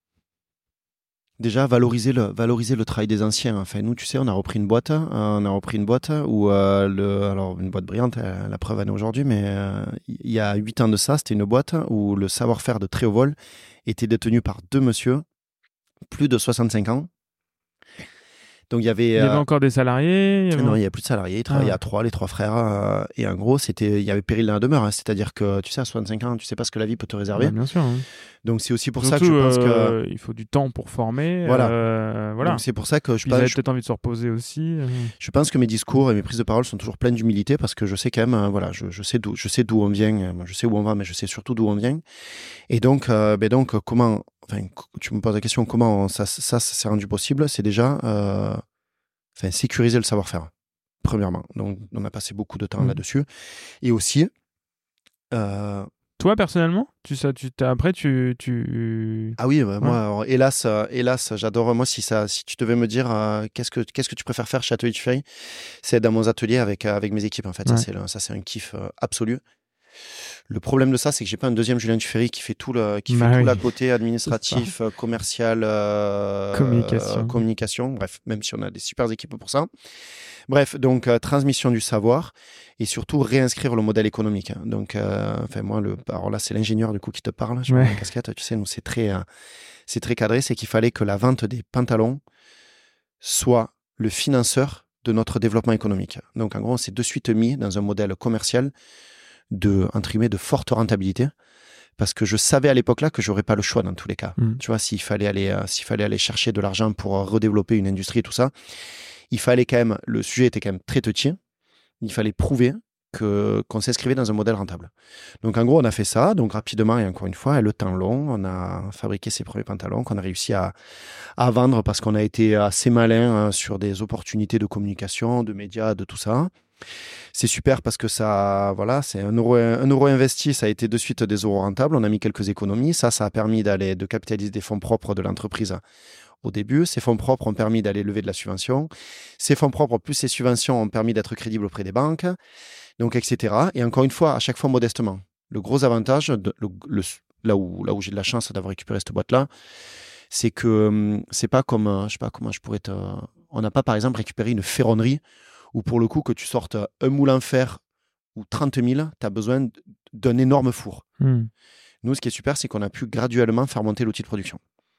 Déjà, valoriser le, valoriser le travail des anciens. Enfin, nous, tu sais, on a repris une boîte, euh, on a repris une boîte où, euh, le, alors une boîte brillante, euh, la preuve en est aujourd'hui, mais euh, il y a huit ans de ça, c'était une boîte où le savoir-faire de très haut vol était détenu par deux messieurs, plus de soixante-cinq ans. Donc, il y avait... Il y avait euh, encore des salariés? Il y avait... Non, il n'y a plus de salariés, ils travaillaient Ah. à trois, les trois frères. Euh, et en gros, c'était, il y avait péril dans la demeure. Hein, c'est-à-dire que, tu sais, à soixante-cinq ans, tu sais pas ce que la vie peut te réserver. Ouais, bien sûr. Hein. Donc, c'est aussi pour Surtout, ça que je pense euh, que... il faut du temps pour former. Voilà. Euh, voilà. Donc, c'est pour ça que je Puis ils avaient pense... peut-être envie de se reposer aussi. euh. Je pense que mes discours et mes prises de parole sont toujours pleines d'humilité parce que je sais quand même, euh, voilà, je, je sais d'où, je sais d'où on vient, euh, je sais où on va, mais je sais surtout d'où on vient. Et donc, euh, ben donc, comment, enfin, tu me poses la question, comment ça, ça, ça s'est rendu possible? C'est déjà, euh, enfin, sécuriser le savoir-faire, premièrement. Donc, on a passé beaucoup de temps Mmh. là-dessus. Et aussi, euh, Toi, personnellement, tu, ça, tu, t'as- après, tu... tu... ah oui, bah, Ouais. moi, alors, hélas, euh, hélas, j'adore. Moi, si ça, si tu devais me dire euh, qu'est-ce que qu'est-ce que tu préfères faire chez Atelier Tuffery, c'est être dans mon atelier avec euh, avec mes équipes. En fait, Ouais. ça c'est le- ça c'est un kiff euh, absolu. Le problème de ça, c'est que j'ai pas un deuxième Julien Tuffery qui fait tout le qui Bah fait oui. tout l'à côté administratif, euh, commercial, euh, Communication. euh, communication. Bref, même si on a des super équipes pour ça. Bref, donc euh, transmission du savoir et surtout réinscrire le modèle économique. hein. Donc, euh, enfin moi, le, alors là, c'est l'ingénieur du coup qui te parle. Je mets Ouais. ma casquette. Tu sais, nous c'est très, euh, c'est très cadré. C'est qu'il fallait que la vente des pantalons soit le financeur de notre développement économique. Donc, en gros, on s'est de suite mis dans un modèle commercial de, entre guillemets, de forte rentabilité. Parce que je savais à l'époque-là que j'aurais pas le choix dans tous les cas. Mm. Tu vois, s'il fallait aller, euh, s'il fallait aller chercher de l'argent pour euh, redévelopper une industrie et tout ça, il fallait quand même, le sujet était quand même très touchy. Il fallait prouver que, qu'on s'inscrivait dans un modèle rentable. Donc, en gros, on a fait ça. Donc, rapidement, et encore une fois, le temps long, on a fabriqué ces premiers pantalons qu'on a réussi à, à vendre parce qu'on a été assez malin hein, sur des opportunités de communication, de médias, de tout ça. C'est super parce que ça, voilà, c'est un euro, un euro investi, ça a été de suite des euros rentables. On a mis quelques économies. Ça, ça a permis d'aller, de capitaliser des fonds propres de l'entreprise au début. Ces fonds propres ont permis d'aller lever de la subvention. Ces fonds propres plus ces subventions ont permis d'être crédibles auprès des banques, donc et cetera. Et encore une fois, à chaque fois modestement. Le gros avantage, de, le, le, là où, là où j'ai de la chance d'avoir récupéré cette boîte-là, c'est que hum, c'est pas comme, je sais pas comment je pourrais te, on n'a pas par exemple récupéré une ferronnerie où pour le coup que tu sortes un moule en fer ou trente mille, tu as besoin d'un énorme four. Mm. Nous, ce qui est super, c'est qu'on a pu graduellement faire monter l'outil de production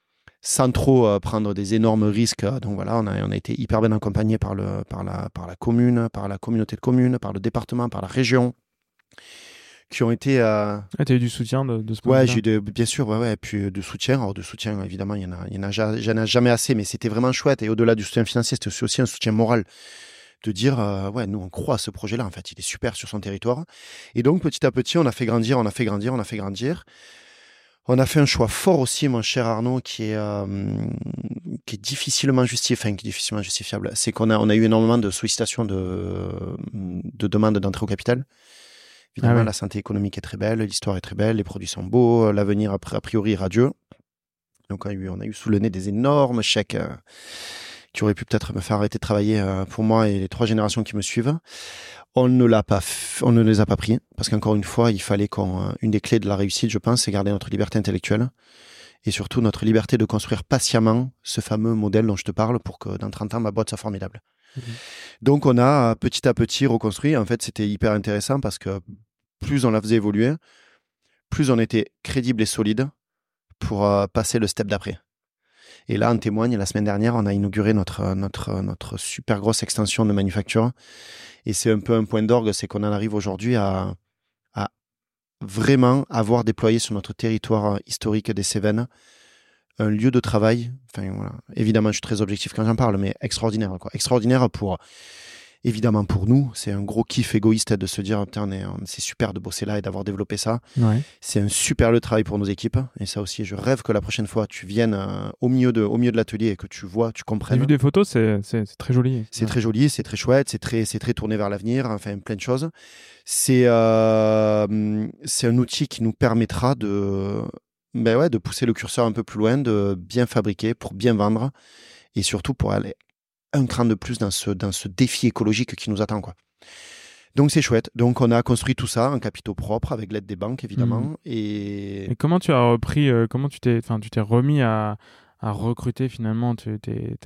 sans trop euh, prendre des énormes risques. Donc voilà, on a, on a été hyper bien accompagné par, le, par, la, par la commune, par la communauté de communes, par le département, par la région, qui ont été... Euh... Ah, tu as eu du soutien de, de ce point Ouais, de j'ai eu de, bien sûr, ouais, ouais, et puis de soutien. Alors de soutien, évidemment, il y en a, il y en a, j'en ai jamais assez, mais c'était vraiment chouette. Et au-delà du soutien financier, c'était aussi un soutien moral. De dire, euh, ouais, nous, on croit à ce projet-là, en fait, il est super sur son territoire. Et donc, petit à petit, on a fait grandir, on a fait grandir, on a fait grandir. On a fait un choix fort aussi, mon cher Arnaud, qui est, euh, qui est difficilement justifié, enfin, qui est difficilement justifiable. C'est qu'on a, on a eu énormément de sollicitations de, de demandes d'entrée au capital. Évidemment, ah oui. La santé économique est très belle, l'histoire est très belle, les produits sont beaux, l'avenir, a priori, est radieux. Donc, on a eu, on a eu sous le nez des énormes chèques euh, qui auraient pu peut-être me faire arrêter de travailler euh, pour moi et les trois générations qui me suivent. On ne l'a pas, f... on ne les a pas pris parce qu'encore une fois, il fallait qu'on, une des clés de la réussite, je pense, c'est garder notre liberté intellectuelle et surtout notre liberté de construire patiemment ce fameux modèle dont je te parle pour que dans trente ans, ma boîte soit formidable. Mmh. Donc, on a petit à petit reconstruit. En fait, c'était hyper intéressant parce que plus on la faisait évoluer, plus on était crédible et solide pour euh, passer le step d'après. Et là, en témoigne, la semaine dernière, on a inauguré notre, notre, notre super grosse extension de manufacture. Et c'est un peu un point d'orgue, c'est qu'on en arrive aujourd'hui à, à vraiment avoir déployé sur notre territoire historique des Cévennes un lieu de travail. Enfin, voilà. Évidemment, je suis très objectif quand j'en parle, mais extraordinaire, quoi. Extraordinaire pour Évidemment, pour nous, c'est un gros kiff égoïste de se dire putain, on est, on, c'est super de bosser là et d'avoir développé ça. Ouais. C'est un super le travail pour nos équipes. Et ça aussi, je rêve que la prochaine fois, tu viennes euh, au, milieu de, au milieu de l'atelier et que tu vois, tu comprennes. J'ai vu des photos, c'est, c'est, c'est très joli. C'est ouais. très joli, c'est très chouette, c'est très, c'est très tourné vers l'avenir, enfin plein de choses. C'est, euh, c'est un outil qui nous permettra de, ben ouais, de pousser le curseur un peu plus loin, de bien fabriquer pour bien vendre et surtout pour aller un cran de plus dans ce, dans ce défi écologique qui nous attend, quoi. Donc c'est chouette. Donc on a construit tout ça en capitaux propres avec l'aide des banques évidemment. Mmh. Et... et comment tu as repris, euh, comment tu t'es, enfin tu t'es remis à, à recruter finalement, tu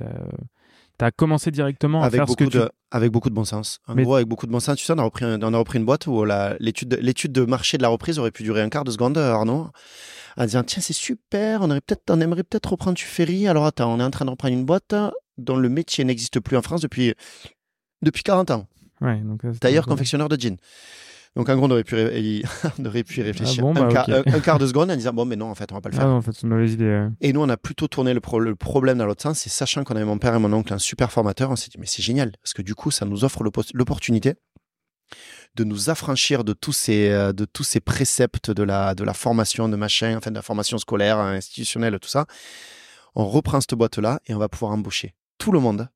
as commencé directement à avec faire ce que beaucoup tu... de, avec beaucoup de bon sens. En Mais... gros, avec beaucoup de bon sens, tu sais, on a repris, un, on a repris une boîte où la, l'étude, de, l'étude de marché de la reprise aurait pu durer un quart de seconde, Arnaud, en disant tiens c'est super, on, aurait peut-être, on aimerait peut-être reprendre Tuffery. Alors attends, on est en train de reprendre une boîte dont le métier n'existe plus en France depuis, depuis quarante ans. Ouais, donc ça, Tailleur confectionneur de jeans. Donc en gros, on aurait pu, ré... on aurait pu y réfléchir ah bon, bah, un, okay. quart, un, un quart de seconde en disant bon mais non en fait on va pas le faire. Ah non, en fait c'est une mauvaise idée. Ouais. Et nous on a plutôt tourné le, pro- le problème dans l'autre sens, c'est sachant qu'on avait mon père et mon oncle un super formateur, on s'est dit mais c'est génial parce que du coup ça nous offre l'opportunité de nous affranchir de tous ces, de tous ces préceptes de la, de la formation de machin, enfin de la formation scolaire, institutionnelle, tout ça. On reprend cette boîte-là et on va pouvoir embaucher tout le monde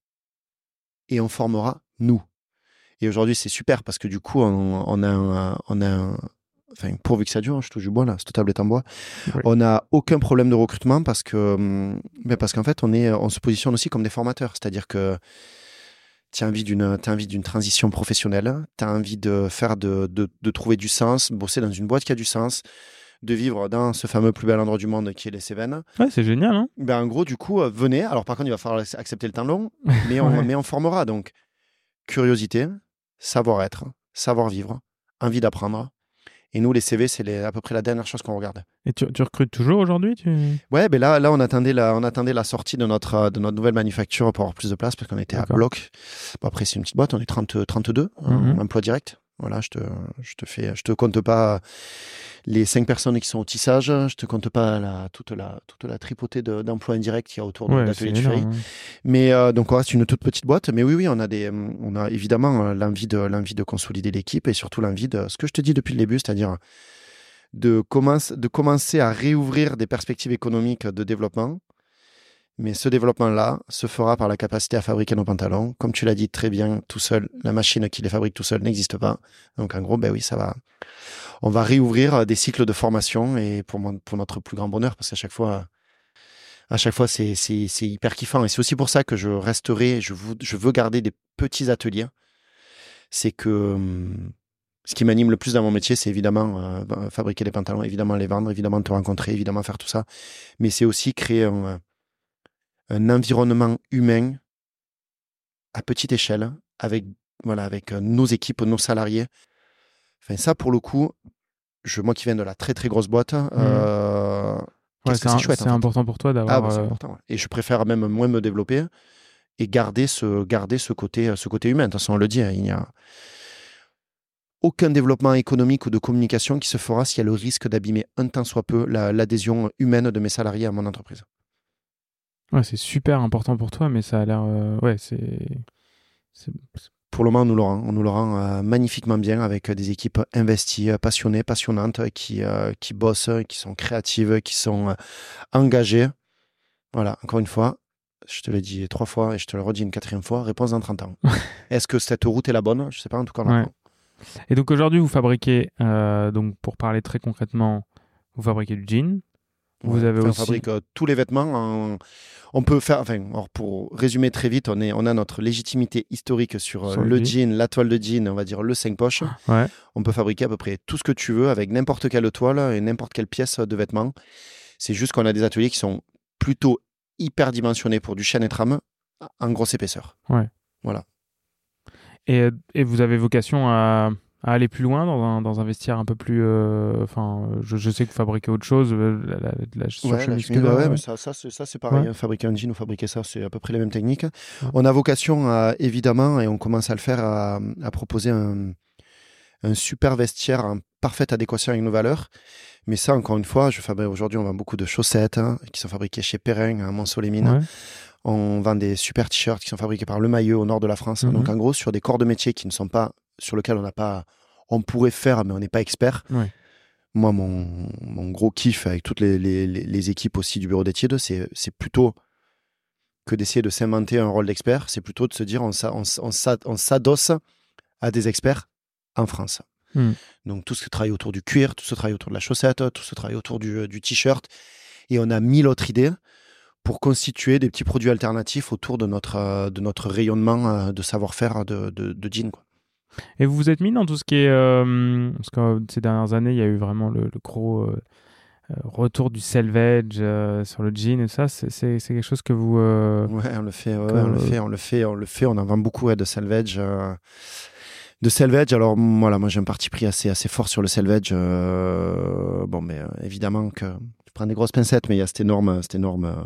et on formera nous. Et aujourd'hui, c'est super parce que du coup, on, on a un, on a un, enfin, pourvu que ça dure, je touche du bois là, cette table est en bois. Oui. On n'a aucun problème de recrutement parce que, mais parce qu'en fait, on est, on se positionne aussi comme des formateurs. C'est-à-dire que tu as envie d'une, t'as envie d'une transition professionnelle, tu as envie de faire, de, de, de trouver du sens, bosser dans une boîte qui a du sens, de vivre dans ce fameux plus bel endroit du monde qui est les Cévennes. Ouais, c'est génial, hein. Ben, en gros, du coup, euh, venez. Alors, par contre, il va falloir accepter le temps long, mais on, ouais. mais on formera. Donc, curiosité, savoir-être, savoir-vivre, envie d'apprendre. Et nous, les C V, c'est les, à peu près la dernière chose qu'on regarde. Et tu, tu recrutes toujours aujourd'hui tu... Ouais, ben là, là on, attendait la, on attendait la sortie de notre, de notre nouvelle manufacture pour avoir plus de place parce qu'on était D'accord. à bloc. Bon, après, c'est une petite boîte, on est trente, trente-deux, mm-hmm. emploi direct. Voilà, je te, je te fais, je te compte pas les cinq personnes qui sont au tissage, je te compte pas la, toute la, toute la tripotée de, d'emplois indirects qu'il y a autour de ouais, l'atelier Tuffery. Hein. Mais euh, donc on reste une toute petite boîte, mais oui, oui, on a des, on a évidemment l'envie de, l'envie de consolider l'équipe et surtout l'envie de, ce que je te dis depuis le début, c'est-à-dire de commencer, de commencer à réouvrir des perspectives économiques de développement. Mais ce développement-là se fera par la capacité à fabriquer nos pantalons. Comme tu l'as dit très bien, tout seul, la machine qui les fabrique tout seul n'existe pas. Donc en gros, ben oui, ça va. On va réouvrir des cycles de formation et pour, mon, pour notre plus grand bonheur, parce qu'à chaque fois, à chaque fois, c'est, c'est, c'est hyper kiffant. Et c'est aussi pour ça que je resterai, je veux, je veux garder des petits ateliers. C'est que hum, ce qui m'anime le plus dans mon métier, c'est évidemment euh, fabriquer des pantalons, évidemment les vendre, évidemment te rencontrer, évidemment faire tout ça. Mais c'est aussi créer un un environnement humain à petite échelle avec, voilà, avec nos équipes, nos salariés. Enfin, ça, pour le coup, je, moi qui viens de la très très grosse boîte, mmh. euh, ouais, c'est, c'est un, chouette. C'est important pour toi d'avoir... Ah, bah, c'est important, ouais. Et je préfère même moins me développer et garder ce, garder ce, côté, ce côté humain. De toute façon, on le dit, hein, il n'y a aucun développement économique ou de communication qui se fera s'il y a le risque d'abîmer un tant soit peu la, l'adhésion humaine de mes salariés à mon entreprise. Ouais, c'est super important pour toi, mais ça a l'air... Euh, ouais, c'est... c'est... Pour le moment, on nous le rend. On nous le rend euh, magnifiquement bien avec des équipes investies, passionnées, passionnantes, qui, euh, qui bossent, qui sont créatives, qui sont euh, engagées. Voilà, encore une fois, je te l'ai dit trois fois et je te le redis une quatrième fois, réponse dans trente ans. Est-ce que cette route est la bonne ? Je ne sais pas, en tout cas. Ouais. Et donc aujourd'hui, vous fabriquez, euh, donc pour parler très concrètement, vous fabriquez du jean. Vous ouais, avez enfin, aussi... On fabrique euh, tous les vêtements. En... On peut faire, enfin, alors pour résumer très vite, on, est, on a notre légitimité historique sur, euh, sur le jean, jean, la toile de jean, on va dire le cinq poches. Ouais. On peut fabriquer à peu près tout ce que tu veux avec n'importe quelle toile et n'importe quelle pièce de vêtements. C'est juste qu'on a des ateliers qui sont plutôt hyper dimensionnés pour du chêne et trame en grosse épaisseur. Ouais. Voilà. Et, et vous avez vocation à... à aller plus loin dans un, dans un vestiaire un peu plus... Enfin, euh, je, je sais que vous fabriquez autre chose, la, la, la, la ouais, la chemise, ouais, ouais, mais ça, ça, c'est, ça, c'est pareil. Ouais. Hein, fabriquer un jean ou fabriquer ça, c'est à peu près les mêmes techniques. Ouais. On a vocation, à, évidemment, et on commence à le faire, à, à proposer un, un super vestiaire en parfaite adéquation avec nos valeurs. Mais ça, encore une fois, je fabrique, aujourd'hui, on vend beaucoup de chaussettes hein, qui sont fabriquées chez Perrin, à Montceau-les-Mines. Ouais. On vend des super t-shirts qui sont fabriqués par Le Maillot au nord de la France. Mhm. Donc en gros, sur des corps de métier qui ne sont pas, sur lesquels on n'a pas, on pourrait faire, mais on n'est pas expert. Ouais. Moi, mon, mon gros kiff avec toutes les, les, les, les équipes aussi du bureau d'études, c'est, c'est plutôt que d'essayer de s'inventer un rôle d'expert. C'est plutôt de se dire on, s'a- on, s- on, s'a- on s'adosse à des experts en France. Mhm. Donc tout ce qui travaille autour du cuir, tout ce qui travaille autour de la chaussette, tout ce qui travaille autour du, du t-shirt. Et on a mille autres idées pour constituer des petits produits alternatifs autour de notre, euh, de notre rayonnement euh, de savoir-faire de, de, de jean, quoi. Et vous vous êtes mis dans tout ce qui est... euh, parce que euh, ces dernières années, il y a eu vraiment le, le gros euh, euh, retour du selvage euh, sur le jean et ça. C'est, c'est, c'est quelque chose que vous... euh, Ouais, on le fait, ouais, que- ouais, on le fait, on le fait, on le fait. On en vend beaucoup ouais, de selvage. euh, De selvage, alors m- voilà, moi j'ai un parti pris assez, assez fort sur le selvage. euh, Bon, mais euh, évidemment que je prends des grosses pincettes, mais il y a cette énorme, cette énorme euh,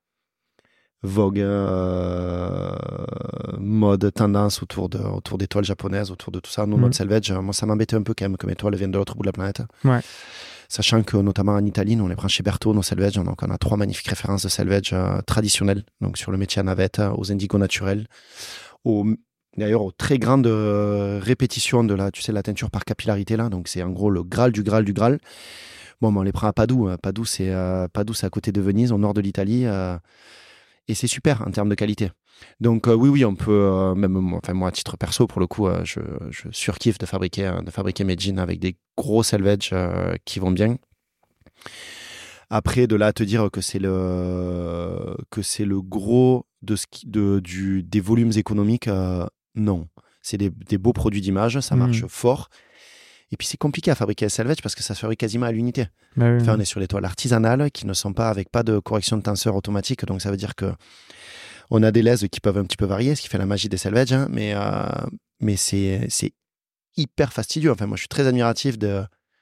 vogue, euh, mode, tendance autour, de, autour des toiles japonaises, autour de tout ça. Nous, Mhm. notre selvage, euh, moi ça m'embêtait un peu quand même que mes toiles viennent de l'autre bout de la planète. Ouais. Sachant que notamment en Italie, nous on les prend chez Berthaud, nos selvages. Donc on a trois magnifiques références de selvage euh, traditionnelles, donc sur le métier à navette, euh, aux indigos naturels, aux, d'ailleurs aux très grandes euh, répétitions de la, tu sais, la teinture par capillarité là. Donc c'est en gros le Graal du Graal du Graal. Bon, ben, on les prend à Padoue. euh, Padoue, c'est euh, Padoue, c'est à côté de Venise, au nord de l'Italie, euh, et c'est super en termes de qualité. Donc euh, oui, oui, on peut euh, même moi, enfin moi à titre perso pour le coup, euh, je, je surkiffe de fabriquer, euh, de fabriquer mes jeans avec des gros selvages euh, qui vont bien. Après, de là à te dire que c'est le que c'est le gros de ce qui, de du des volumes économiques, euh, non. C'est des, des beaux produits d'image, ça marche Mhm. fort. Et puis c'est compliqué à fabriquer un selvage parce que ça se fabrique quasiment à l'unité. Bah oui, Enfin, oui. on est sur des toiles artisanales qui ne sont pas avec pas de correction de tenseur automatique, donc ça veut dire que on a des lèses qui peuvent un petit peu varier, ce qui fait la magie des selvages, hein, mais euh, mais c'est c'est hyper fastidieux. Enfin, moi je suis très admiratif de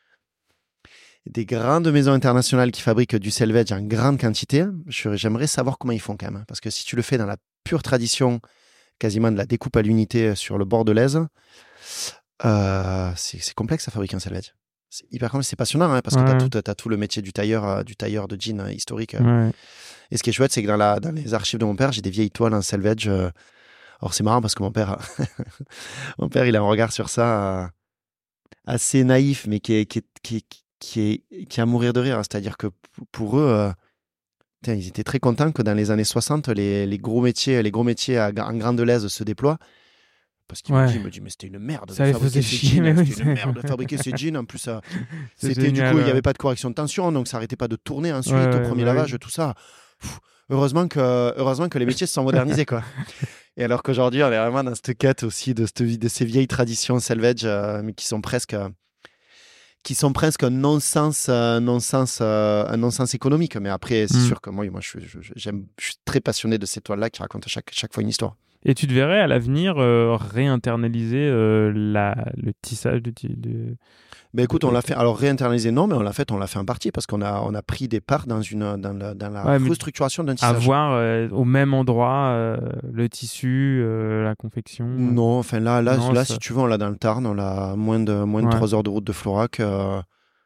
des grandes maisons internationales qui fabriquent du selvage en grande quantité. Je- J'aimerais savoir comment ils font quand même, hein, parce que si tu le fais dans la pure tradition, quasiment de la découpe à l'unité sur le bord de l'aise, euh, c'est c'est complexe à fabriquer un selvage. C'est hyper complexe, c'est passionnant, hein, parce que Ouais. tu as tout, t'as tout le métier du tailleur, euh, du tailleur de jean euh, historique. euh. Ouais. Et ce qui est chouette, c'est que dans, la, dans les archives de mon père, j'ai des vieilles toiles en selvage. euh. Alors c'est marrant parce que mon père, mon père, il a un regard sur ça euh, assez naïf, mais qui est, qui est, qui est, qui est, qui est à mourir de rire. hein. C'est-à-dire que p- pour eux, euh, putain, ils étaient très contents que dans les années soixante, les, les gros métiers, les gros métiers à, en grande lèse se déploient. Parce qu'il me Ouais. dit, il me dit, mais c'était une merde Ça de les fabriquer faisait ces chier, jeans. mais oui, C'était une c'est- merde de fabriquer ces jeans. En plus, euh, C'est c'était du génial, coup, il n'y ouais. avait pas de correction de tension, donc ça arrêtait pas de tourner ensuite Ouais, au ouais, premier bah lavage, oui. tout ça. Pff, heureusement que, heureusement que les métiers se sont modernisés, quoi. Et alors qu'aujourd'hui, on est vraiment dans cette quête aussi de, cette, de ces vieilles traditions selvage, euh, mais qui sont presque, euh, qui sont presque un non-sens, euh, non-sens, euh, un non-sens économique. Mais après, c'est Mm. sûr que moi, moi, je, je, je- j'aime, je suis très passionné de ces toiles-là qui racontent chaque, chaque fois une histoire. Et tu te verrais à l'avenir euh, réinternaliser euh, la, le tissage du... ti- du... Ben écoute, on l'a fait. Alors réinternaliser, non, mais on l'a fait, on l'a fait en partie parce qu'on a, on a pris des parts dans une, dans la, dans la Ouais, mais restructuration d'un tissage. Avoir euh, au même endroit euh, le tissu, euh, la confection. euh. Non, enfin là, là, Non, là ça- si tu veux, on l'a dans le Tarn, on l'a moins de moins de Ouais. trois heures de route de Florac. euh,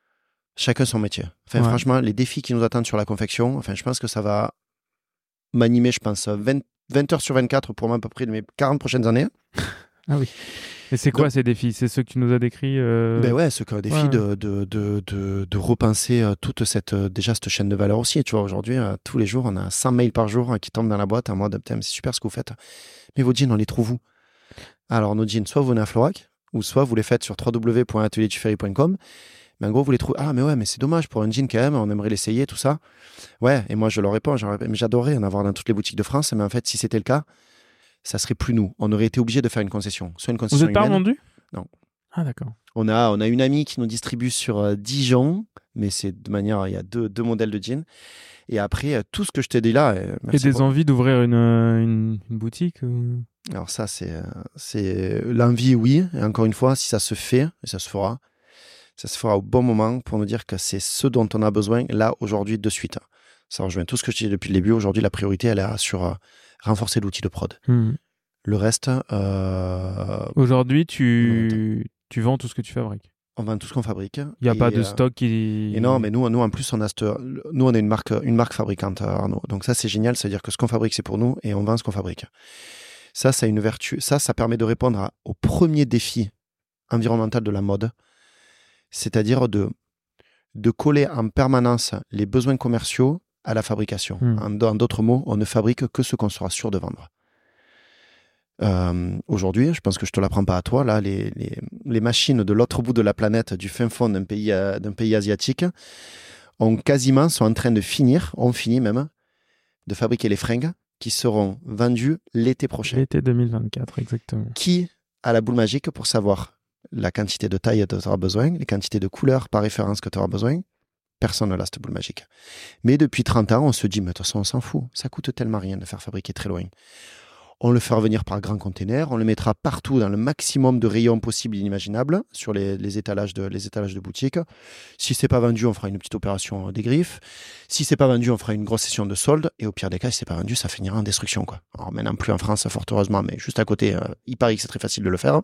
chacun son métier. Enfin, Ouais. franchement, les défis qui nous attendent sur la confection, enfin, je pense que ça va m'animer, je pense, vingt, vingt heures sur vingt-quatre pour moi à peu près de mes quarante prochaines années. Ah oui. Et c'est quoi Donc- ces défis? C'est ceux que tu nous as décrits euh... Ben ouais, c'est un défi ouais. de, de, de, de, de repenser euh, toute cette, euh, déjà cette chaîne de valeur aussi. Tu vois, aujourd'hui, euh, tous les jours, on a cent mails par jour euh, qui tombent dans la boîte en mode, putain, mais c'est super ce que vous faites. Mais vos jeans, on les trouve où? Alors, nos jeans, soit vous venez à Florac, ou soit vous les faites sur w w w point atelier du ferry point com. Mais en gros, vous les trouvez. Ah, mais ouais, mais c'est dommage pour un jean quand même, on aimerait l'essayer, tout ça. Ouais, et moi, je leur réponds, j'en réponds, mais j'adorerais en avoir dans toutes les boutiques de France. Mais en fait, si c'était le cas, ça serait plus nous. On aurait été obligé de faire une concession. Soit une Vous concession n'êtes pas humaine. revendu? Non. Ah d'accord. On a, on a une amie qui nous distribue sur euh, Dijon, mais c'est de manière, il y a deux, deux modèles de jeans. Et après, euh, tout ce que je t'ai dit là. euh, Et merci des beaucoup. envies d'ouvrir une, euh, une, une boutique ou... Alors ça, c'est, euh, c'est l'envie, oui. Et encore une fois, si ça se fait, et ça se fera, ça se fera au bon moment pour nous dire que c'est ce dont on a besoin là, aujourd'hui, de suite. Ça rejoint tout ce que je dis depuis le début. Aujourd'hui, la priorité, elle est sur euh, renforcer l'outil de prod. Hmm. Le reste, euh, Aujourd'hui, tu... tu vends tout ce que tu fabriques. On vend tout ce qu'on fabrique. Il n'y a et, pas de euh, stock qui... Et non, mais nous, nous en plus, on a cette, nous, on est une marque, une marque fabricante, Arnaud. Donc ça, c'est génial. C'est-à-dire que ce qu'on fabrique, c'est pour nous et on vend ce qu'on fabrique. Ça, ça a une vertu. Ça, ça permet de répondre à, au premier défi environnemental de la mode. C'est-à-dire de, de coller en permanence les besoins commerciaux à la fabrication. Mmh. En, en d'autres mots, on ne fabrique que ce qu'on sera sûr de vendre. Euh, aujourd'hui, je pense que je te l'apprends pas à toi, là, les, les, les machines de l'autre bout de la planète, du fin fond d'un pays, euh, d'un pays asiatique, ont quasiment, sont en train de finir, ont fini même, de fabriquer les fringues qui seront vendues l'été prochain. L'été deux mille vingt-quatre, exactement. Qui a la boule magique pour savoir la quantité de taille dont tu auras besoin, les quantités de couleurs par référence que tu auras besoin? Personne n'a cette boule magique. Mais depuis trente ans, on se dit, mais de toute façon, on s'en fout. Ça coûte tellement rien de faire fabriquer très loin. On le fera venir par grand container, on le mettra partout dans le maximum de rayons possibles et inimaginables sur les, les, étalages de, les étalages de boutique. Si c'est pas vendu, on fera une petite opération des griffes. Si c'est pas vendu, on fera une grosse session de solde. Et au pire des cas, si c'est pas vendu, ça finira en destruction, quoi. Alors maintenant plus en France, fort heureusement, mais juste à côté, euh, il paraît que c'est très facile de le faire.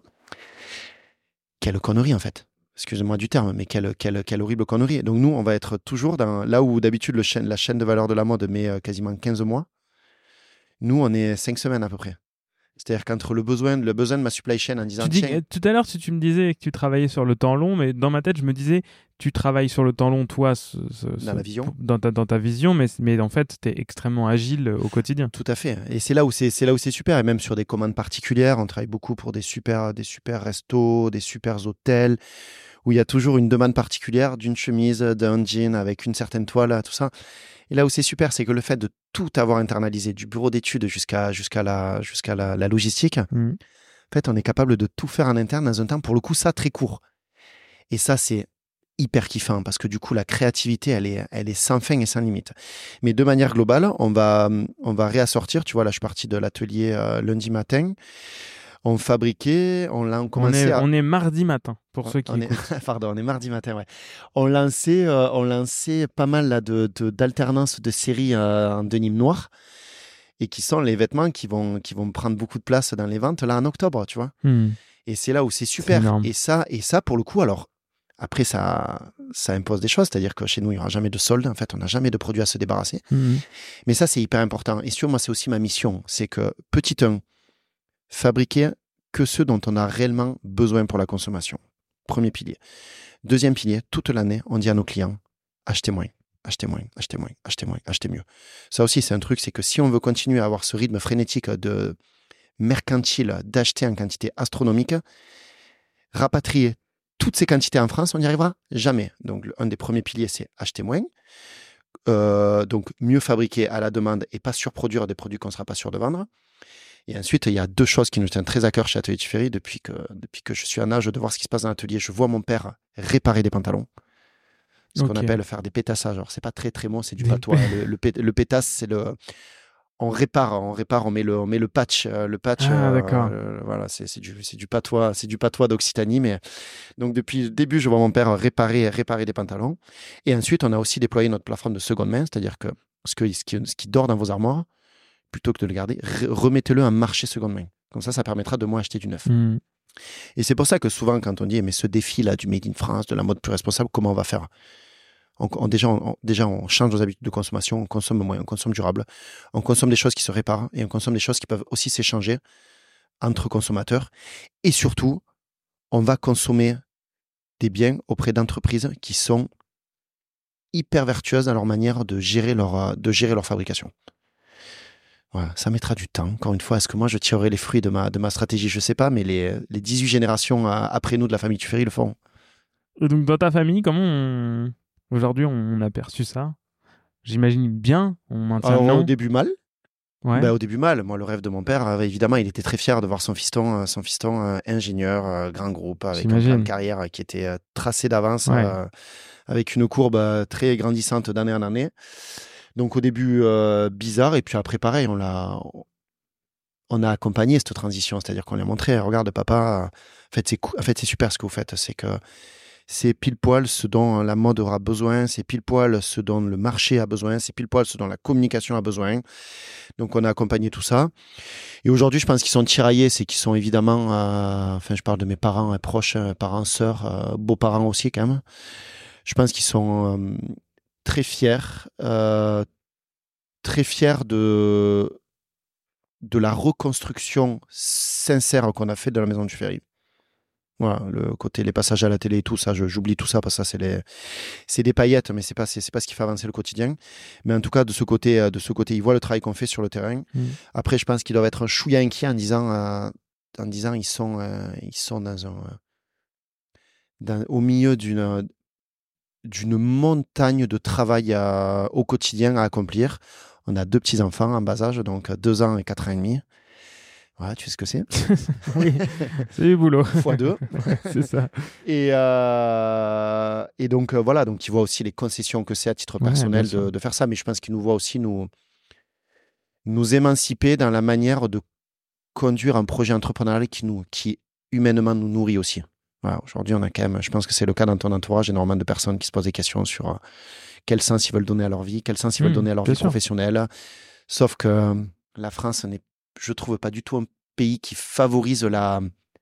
Quelle connerie en fait. Excusez-moi du terme, mais quelle, quelle, quelle horrible connerie. Donc nous, on va être toujours dans là où d'habitude le chaîne, la chaîne de valeur de la mode met euh, quasiment quinze mois. Nous, on est cinq semaines à peu près. C'est-à-dire qu'entre le besoin, le besoin de ma supply chain en disant... Tu dis, tiens, tout à l'heure, tu, tu me disais que tu travaillais sur le temps long, mais dans ma tête, je me disais, tu travailles sur le temps long, toi, ce, ce, dans ce, la vision. Dans ta, dans ta vision, mais, mais en fait, tu es extrêmement agile au quotidien. Tout à fait. Et c'est là où c'est, c'est là où c'est super. Et même sur des commandes particulières, on travaille beaucoup pour des super, des super restos, des super hôtels, où il y a toujours une demande particulière d'une chemise, d'un jean avec une certaine toile, tout ça. Et là où c'est super, c'est que le fait de tout avoir internalisé, du bureau d'études jusqu'à, jusqu'à, la, jusqu'à la, la logistique, mmh. en fait, on est capable de tout faire en interne dans un temps, pour le coup, ça, très court. Et ça, c'est hyper kiffant parce que du coup, la créativité, elle est, elle est sans fin et sans limite. Mais de manière globale, on va, on va réassortir. Tu vois, là, je suis parti de l'atelier euh, lundi matin. On fabriquait, on l'a commencé on est, à... On est mardi matin, pour on, ceux qui on écoutent. Est... Pardon, on est mardi matin, ouais. On lançait, euh, on lançait pas mal là, de, de, d'alternance de séries euh, en denim noir et qui sont les vêtements qui vont, qui vont prendre beaucoup de place dans les ventes là en octobre, tu vois. Mmh. Et c'est là où c'est super. C'est et, ça, et ça, pour le coup, alors, après, ça, ça impose des choses. C'est-à-dire que chez nous, il n'y aura jamais de solde. En fait, on n'a jamais de produits à se débarrasser. Mmh. Mais ça, c'est hyper important. Et sur moi, c'est aussi ma mission. C'est que, petit un, fabriquer que ceux dont on a réellement besoin pour la consommation. Premier pilier. Deuxième pilier, toute l'année, on dit à nos clients, achetez moins, achetez moins, achetez moins, achetez moins, achetez mieux. Ça aussi, c'est un truc, c'est que si on veut continuer à avoir ce rythme frénétique de mercantile, d'acheter en quantité astronomique, rapatrier toutes ces quantités en France, on n'y arrivera jamais. Donc, un des premiers piliers, c'est acheter moins. Euh, donc, mieux fabriquer à la demande et pas surproduire des produits qu'on ne sera pas sûr de vendre. Et ensuite, il y a deux choses qui nous tiennent très à cœur chez Atelier Tuffery. Depuis que, depuis que je suis en âge de voir ce qui se passe dans l'atelier, je vois mon père réparer des pantalons. Ce okay. qu'on appelle faire des pétassages. Alors, c'est pas très très bon, c'est du patois. le, le, le pétasse, c'est le... On répare, on répare, on met le, on met le patch, euh, le patch. Ah, euh, d'accord. Euh, voilà, c'est, c'est du, c'est du patois, c'est du patois d'Occitanie. Mais donc depuis le début, je vois mon père réparer, réparer des pantalons. Et ensuite, on a aussi déployé notre plateforme de seconde main, c'est-à-dire que ce, que, ce, qui, ce qui dort dans vos armoires, plutôt que de le garder, remettez-le en marché seconde main. Comme ça, ça permettra de moins acheter du neuf. Mmh. Et c'est pour ça que souvent, quand on dit, mais ce défi-là du Made in France, de la mode plus responsable, comment on va faire ? On, on, déjà, on, déjà, on change nos habitudes de consommation, on consomme moins, on consomme durable, on consomme des choses qui se réparent et on consomme des choses qui peuvent aussi s'échanger entre consommateurs. Et surtout, on va consommer des biens auprès d'entreprises qui sont hyper vertueuses dans leur manière de gérer leur, de gérer leur fabrication. Voilà, ça mettra du temps. Encore une fois, est-ce que moi je tirerai les fruits de ma, de ma stratégie ? Je ne sais pas, mais les, les dix-huit générations après nous de la famille Tuffery le font. Et donc, dans ta famille, comment on... Aujourd'hui, on a perçu ça. J'imagine bien, on maintient Alors, le nom. au début, mal. Ouais. Bah, au début, mal. Moi, le rêve de mon père, évidemment, il était très fier de voir son fiston, son fiston euh, ingénieur, euh, grand groupe, avec J'imagine. un plan de carrière qui était euh, tracé d'avance, Ouais. euh, avec une courbe euh, très grandissante d'année en année. Donc, au début, euh, bizarre. Et puis après, pareil, on l'a... On a accompagné cette transition. C'est-à-dire qu'on lui a montré, regarde, papa, en fait, c'est, cou... en fait, c'est super ce que vous faites. C'est que c'est pile poil ce dont la mode aura besoin, c'est pile poil ce dont le marché a besoin, c'est pile poil ce dont la communication a besoin. Donc on a accompagné tout ça. Et aujourd'hui, je pense qu'ils sont tiraillés, c'est qu'ils sont évidemment, euh, enfin je parle de mes parents, euh, proches, euh, parents, sœurs, euh, beaux-parents aussi quand même. Je pense qu'ils sont euh, très fiers, euh, très fiers de, de la reconstruction sincère qu'on a fait de la Maison du Ferry. Voilà, le côté, les passages à la télé et tout ça, je, j'oublie tout ça parce que ça, c'est, les, c'est des paillettes, mais c'est pas, c'est, c'est pas ce qui fait avancer le quotidien. Mais en tout cas, de ce côté, de ce côté ils voient le travail qu'on fait sur le terrain. Mmh. Après, je pense qu'ils doivent être un chouïa inquiets en disant, euh, en disant ils sont, euh, ils sont dans un, euh, dans, au milieu d'une, d'une montagne de travail à, au quotidien à accomplir. On a deux petits-enfants en bas âge, donc deux ans et quatre ans et demi. Voilà, tu sais ce que c'est. Oui, c'est du boulot. Fois deux. C'est ça. Et, euh, et donc, euh, voilà, donc ils voient aussi les concessions que c'est à titre personnel ouais, de, de faire ça, mais je pense qu'ils nous voient aussi nous, nous émanciper dans la manière de conduire un projet entrepreneurial qui, nous, qui humainement nous nourrit aussi. Voilà, aujourd'hui, on a quand même, je pense que c'est le cas dans ton entourage, énormément de personnes qui se posent des questions sur euh, quel sens ils veulent donner à leur vie, quel sens ils mmh, veulent donner à leur vie sûr. professionnelle. Sauf que euh, la France n'est, je trouve, pas du tout un pays qui favorise la,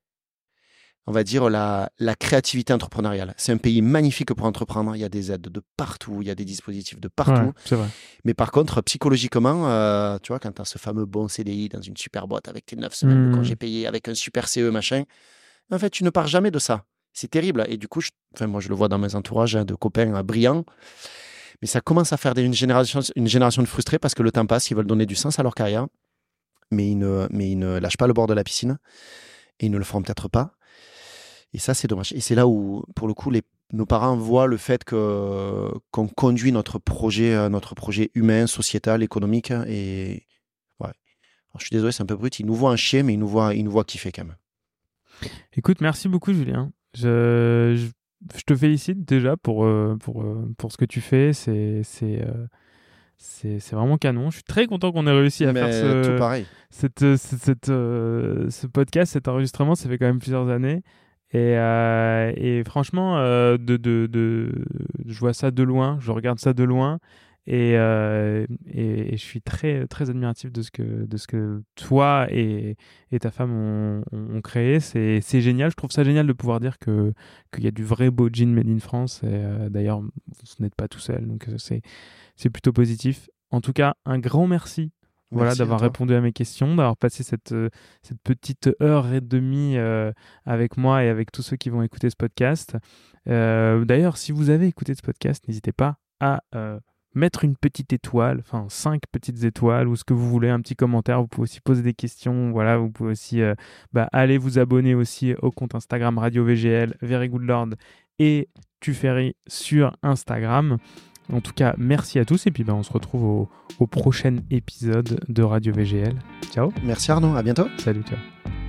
on va dire, la, la créativité entrepreneuriale. C'est un pays magnifique pour entreprendre. Il y a des aides de partout, il y a des dispositifs de partout. Ouais, c'est vrai. Mais par contre, psychologiquement, euh, tu vois, quand tu as ce fameux bon C D I dans une super boîte avec tes neuf semaines mmh. de congés payés, avec un super C E, machin, en fait, tu ne pars jamais de ça. C'est terrible. Et du coup, je, enfin, moi, je le vois dans mes entourages hein, de copains euh, brillants. Mais ça commence à faire une génération, une génération de frustrés parce que le temps passe, ils veulent donner du sens à leur carrière. Mais ils, ne, mais ils ne lâchent pas le bord de la piscine. Et ils ne le feront peut-être pas. Et ça, c'est dommage. Et c'est là où, pour le coup, les, nos parents voient le fait que, qu'on conduit notre projet, notre projet humain, sociétal, économique. Et ouais. Alors, je suis désolé, c'est un peu brut. Ils nous voient en chier, mais ils nous voient, ils nous voient kiffer quand même. Écoute, merci beaucoup, Julien. Je, je, je te félicite déjà pour, pour, pour ce que tu fais. C'est... c'est euh... C'est, c'est vraiment canon. Je suis très content qu'on ait réussi à Mais faire ce, tout pareil. Cette, cette, cette, euh, ce podcast, cet enregistrement. Ça fait quand même plusieurs années. Et, euh, et franchement, euh, de, de, de, je vois ça de loin. Je regarde ça de loin. Et, euh, et, et je suis très, très admiratif de ce que, de ce que toi et, et ta femme ont, ont créé. C'est, c'est génial. Je trouve ça génial de pouvoir dire que, qu'il y a du vrai beau jean made in France. Et euh, d'ailleurs, vous n'êtes pas tout seul. Donc, c'est, c'est plutôt positif. En tout cas, un grand merci. Voilà, d'avoir répondu à mes questions, d'avoir passé cette, euh, cette petite heure et demie euh, avec moi et avec tous ceux qui vont écouter ce podcast. Euh, d'ailleurs, si vous avez écouté ce podcast, n'hésitez pas à euh, mettre une petite étoile, enfin cinq petites étoiles ou ce que vous voulez, un petit commentaire. Vous pouvez aussi poser des questions. Voilà, vous pouvez aussi euh, bah, aller vous abonner aussi au compte Instagram Radio V G L, Very Good Lord et Tuffery sur Instagram. En tout cas, merci à tous et puis ben, on se retrouve au, au prochain épisode de Radio V G L. Ciao. Merci Arnaud, à bientôt. Salut, ciao.